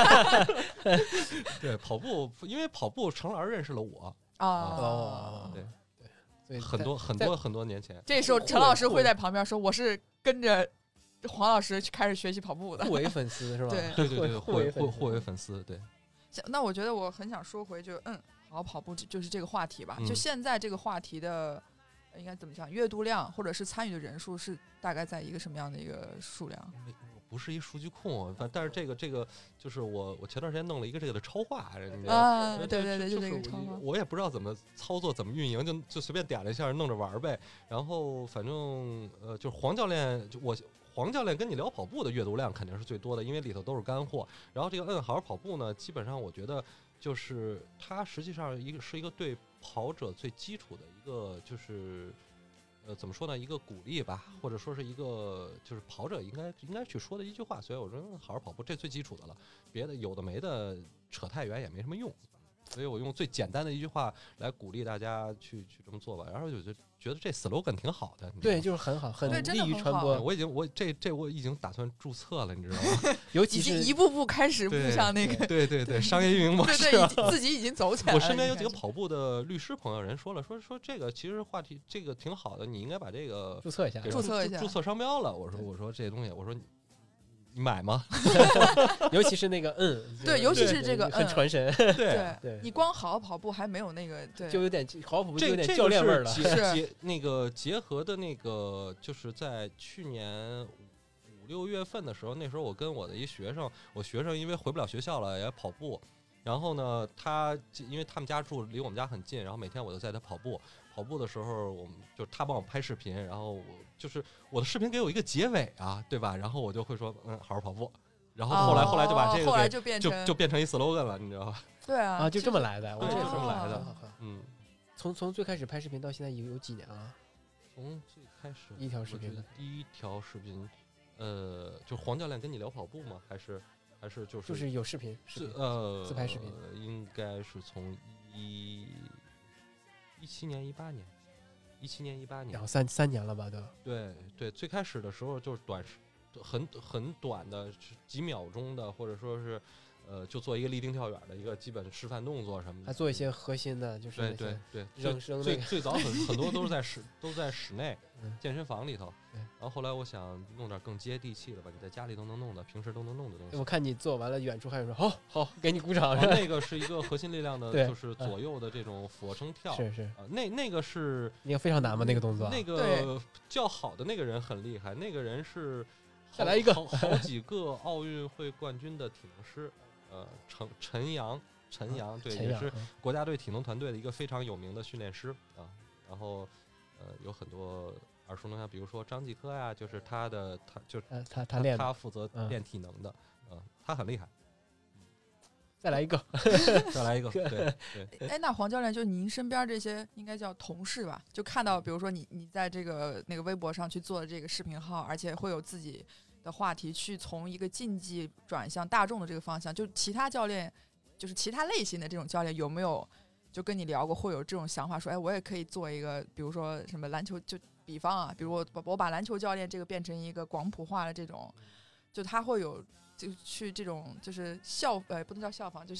对，跑步，因为跑步，程老师认识了我啊。 哦， 对对，很多很多很多年前。 这时候陈老师会在旁边说：“我是跟着。”黄老师开始学习跑步的， 互为粉丝是吧？ 对对对对，互为互互为粉丝。对， 那我觉得我很想说回就嗯，好好跑步就是这个话题吧。 嗯、 就现在这个话题的应该怎么讲？阅读量或者是参与的人数是大概在一个什么样的一个数量？ 不是一数据库，但但是这个这个就是我我前段时间弄了一个这个的超话， 啊，对对对， 就这个超话， 我也不知道怎么操作怎么运营，就就随便点了一下弄着玩呗。然后反正呃，就是黄教练，就我。黄教练跟你聊跑步的阅读量肯定是最多的，因为里头都是干货。然后这个嗯好好跑步呢，基本上我觉得就是它实际上一个是一个对跑者最基础的一个就是呃怎么说呢一个鼓励吧，或者说是一个就是跑者应该应该去说的一句话。所以我说、嗯、好好跑步这最基础的了，别的有的没的扯太远也没什么用。所以我用最简单的一句话来鼓励大家去去这么做吧。然后我就觉得这 slogan 挺好的， 对，就是很好，很利于传播。 我已经我这这我已经打算注册了，你知道吗？ 尤其是一步步开始步向那个， 对对对，商业运营模式， 对对，自己已经走起来了。 我身边有几个跑步的律师朋友，人说了，说说这个其实话题这个挺好的，你应该把这个注册一下， 注册一下， 注册商标了。我说我说这些东西，我说。你买吗？ 尤其是那个嗯， 对，尤其是这个很传神。 对对，你光好好跑步还没有那个，对， 就有点好好跑步就有点教练味儿了。 是结那个结合的那个，就是在去年五六月份的时候，那时候我跟我的一学生，我学生因为回不了学校了，也跑步。然后呢，他因为他们家住离我们家很近，然后每天我都在他跑步。跑步的时候，我们就他帮我拍视频，然后我就是我的视频给我一个结尾啊，对吧？然后我就会说，嗯，好好跑步。然后后来、哦、后来就把这个后来就变成就就变成一 slogan 了，你知道吧？ 对啊， 啊，就这么来的，我这也是这么来的。 哦、 嗯， 从从最开始拍视频到现在有有几年了？ 从最开始一条视频， 第一条视频，呃，就黄教练跟你聊跑步吗？还是还是就是就是有视频，视频呃自拍视频， 应该是从一一七年一八年。一七年、一八年， 两三三年了吧？都对对，最开始的时候就是短时，很很短的几秒钟的，或者说是，呃，就做一个立定跳远的一个基本示范动作什么的， 还做一些核心的，就是对对对， 扔扔最最早很很多都是在室都在室内健身房里头，然后后来我想弄点更接地气的吧，你在家里都能弄的，平时都能弄的东西。 我看你做完了，远处还有说好好给你鼓掌。 哦、那个是一个核心力量的，就是左右的这种俯卧撑跳， 是是啊，那那个是那个非常难吗？那个动作？ 那个较好的那个人很厉害，那个人是再来一个好好几个奥运会冠军的体能师，呃，陈陈阳，陈阳对，也是国家队体能团队的一个非常有名的训练师啊。然后呃，有很多耳熟能详，比如说张继科呀，就是他的他就他他他练他负责练体能的，嗯、呃，他很厉害。 再来一个， 再来一个，对对。 哎，那黄教练，就您身边这些应该叫同事吧？就看到，比如说你你在这个那个微博上去做的这个视频号，而且会有自己的话题，去从一个竞技转向大众的这个方向。就其他教练，就是其他类型的这种教练，有没有就跟你聊过，会有这种想法说，哎，我也可以做一个，比如说什么篮球，就比方啊，比如我我把篮球教练这个变成一个广谱化的这种，就他会有。就去这种就是效呃不能叫效仿，就是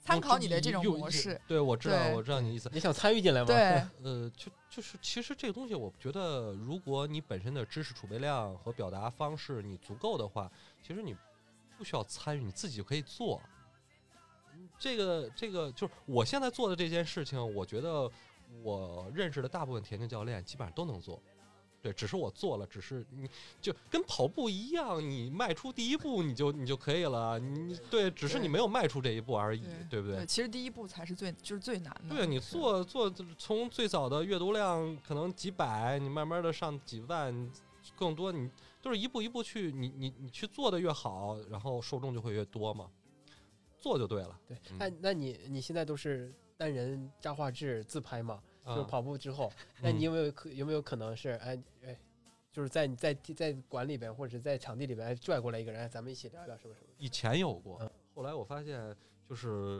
参考你的这种模式。 对，我知道， 对我知道你的意思。 你想参与进来吗？ 对， 呃，就就是其实这个东西，我觉得如果你本身的知识储备量和表达方式你足够的话，其实你不需要参与，你自己就可以做。这个这个就是我现在做的这件事情，我觉得我认识的大部分田径教练基本上都能做。对，只是我做了，只是你就跟跑步一样，你迈出第一步你就你就可以了。你对，只是你没有迈出这一步而已，对不对？ 对，其实第一步才是最就是最难的。 对，你做做从最早的阅读量可能几百，你慢慢的上几万，更多你都是一步一步去，你你你去做的越好，然后受众就会越多嘛，做就对了。 对， 嗯、 那那你你现在都是单人扎画质自拍嘛？就是跑步之后，那、 嗯、 你有没有可有没有可能是哎哎，就是在你在在馆里边或者在场地里边拽过来一个人，咱们一起聊聊什么什么？ 以前有过，嗯、后来我发现就是。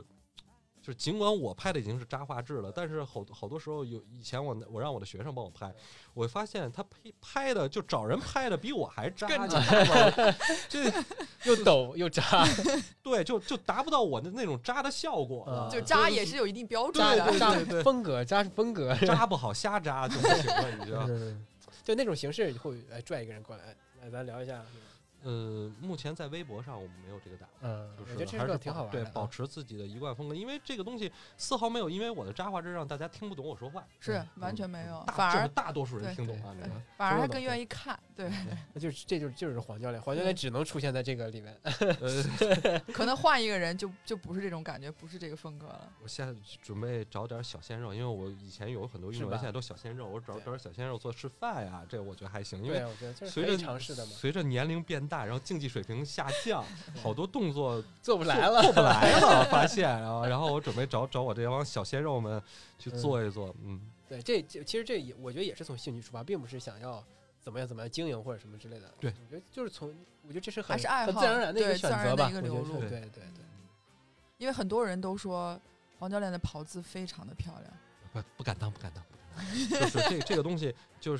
就是尽管我拍的已经是扎画质了，但是好好多时候有以前我我让我的学生帮我拍，我发现他拍拍的就找人拍的比我还扎， 更扎这又抖又扎， 对，就就达不到我的那种扎的效果了。 嗯、就扎也是有一定标准的，对对对， 风格扎是风格， 扎不好瞎扎就不行了，你知道？ 就那种形式会来拽一个人过来，来咱聊一下。 呃，目前在微博上我们没有这个打算， 嗯， 就是我觉得这个挺好玩的， 对，保持自己的一贯风格，因为这个东西丝毫没有因为我的扎画质让大家听不懂我说话， 是、嗯、完全没有， 大反而大多数人听懂了，你知道， 反而还更愿意看，对， 那就是这就是就是黄教练，黄教练只能出现在这个里面， 呃， 可能换一个人就就不是这种感觉，不是这个风格了。 我现在准备找点小鲜肉，因为我以前有很多运动员现在都小鲜肉，我找找点小鲜肉做示范呀，这我觉得还行，因为我觉得随着尝试的嘛， 随着年龄变大，然后竞技水平下降，好多动作做不来了， 做不来了，发现啊，然后我准备找找我这帮小鲜肉们去做一做，嗯， 嗯对，这其实这也我觉得也是从兴趣出发，并不是想要怎么样怎么样经营或者什么之类的， 对， 我觉得就是从我觉得这是很还是爱好， 很自然而然的一个选择吧， 一个流露， 对对对， 因为很多人都说黄教练的跑姿非常的漂亮， 不不敢当，不敢当，不敢当就是这这个东西就是。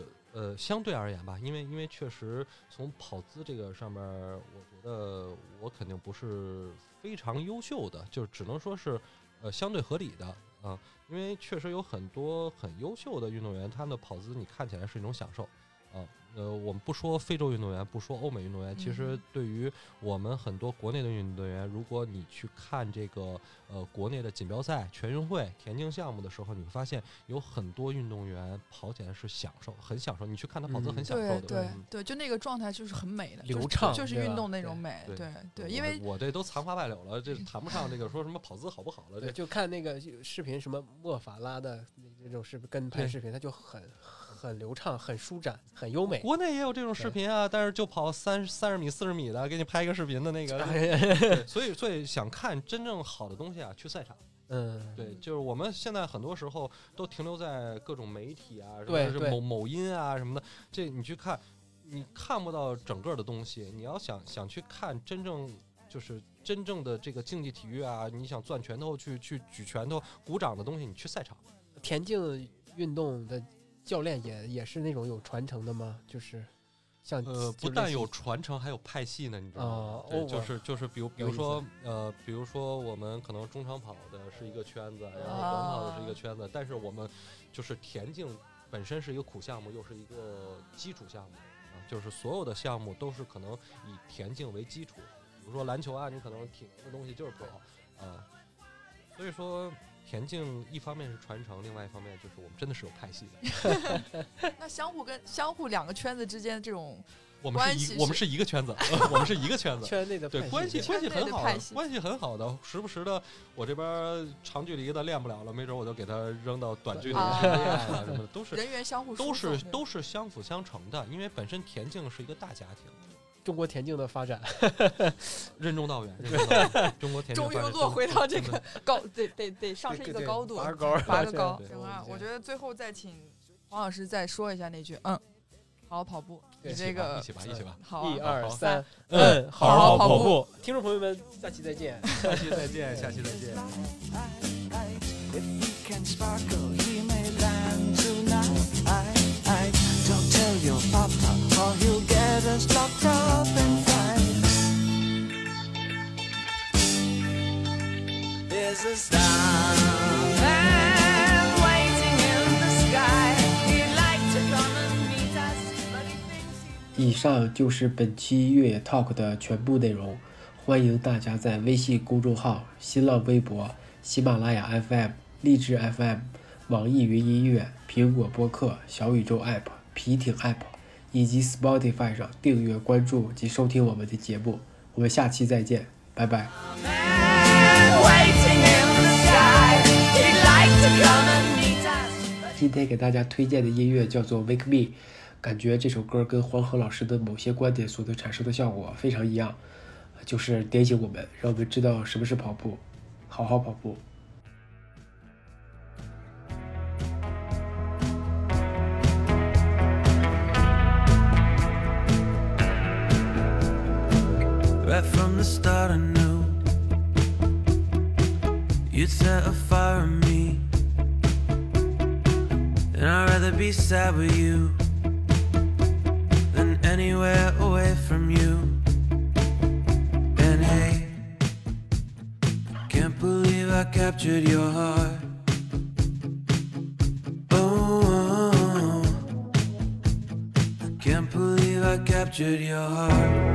呃，相对而言吧，因为因为确实从跑姿这个上面，我觉得我肯定不是非常优秀的，就只能说是呃相对合理的啊、呃。因为确实有很多很优秀的运动员，他们的跑姿你看起来是一种享受啊。呃，我们不说非洲运动员，不说欧美运动员，其实对于我们很多国内的运动员，如果你去看这个呃国内的锦标赛、全运会、田径项目的时候，你会发现有很多运动员跑起来是享受，很享受。你去看他跑姿，很享受的。 对对对，就那个状态就是很美的， 流畅， 就是运动那种美。对对，因为我这都残花败柳了，这谈不上这个说什么跑姿好不好了。 对，就看那个视频，什么莫法拉的那种视频跟拍视频，他就很。很流畅，很舒展，很优美。 国内也有这种视频啊，但是就跑三三十米、四十米的，给你拍一个视频的那个。所以，所以想看真正好的东西啊，去赛场。 嗯， 对，就是我们现在很多时候都停留在各种媒体啊， 对， 是某某音啊什么的。这你去看，你看不到整个的东西。你要想想去看真正就是真正的这个竞技体育啊，你想攥拳头去去举拳头、鼓掌的东西，你去赛场。 田径运动的。教练也也是那种有传承的吗？就是像呃，不但有传承，还有派系呢，你知道吗？ 哦、 对，就是就是比如比如说呃，比如说我们可能中长跑的是一个圈子，然后短跑的是一个圈子，哦、但是我们就是田径本身是一个苦项目，又是一个基础项目啊，就是所有的项目都是可能以田径为基础。比如说篮球啊，你可能体能的东西就是跑啊，所以说。田径一方面是传承，另外一方面就是我们真的是有派系的。那相互跟相互两个圈子之间这种我们是一我们是一个圈子，我们是一个圈子， 圈内的对关系关系很好，关系很好的。时不时的，我这边长距离的练不了了，没准我就给他扔到短距离的练啊什么的，都是人员相互都是都是相辅相成的。因为本身田径是一个大家庭。 中国田径的发展任重道远，任重道远。中国田径终于落回到这个高，得得得上升一个高度， 拔高， 拔个高。行啊，我觉得最后再请黄老师再说一下那句，嗯，好好跑步。你这个一起吧，一起吧。 好， 一二三，嗯，好好跑步。听众朋友们，下期再见， 下期再见，下期再见。 Don't tell your papa or he'll get us locked up and fight. a starman waiting in the sky. He'd like to come and meet us, but he thinks he 以上就是本期越野 Talk 的全部内容，欢迎大家在微信公众号、新浪微博、喜马拉雅 F M、荔枝 F M、网易云音乐、苹果播客、小宇宙 App、皮艇 App 以及 Spotify 上订阅、关注及收听我们的节目。我们下期再见，拜拜。 waiting in the sky. He'd like to come and meet us. 今天给大家推荐的音乐叫做 Wake Me， 感觉这首歌跟黄河老师的某些观点所能产生的效果非常一样，就是点醒我们，让我们知道什么是跑步，好好跑步。 Right from the start I knew you'd set a fire in me, and I'd rather be sad with you than anywhere away from you. And hey, can't believe I captured your heart. Oh, I can't believe I captured your heart.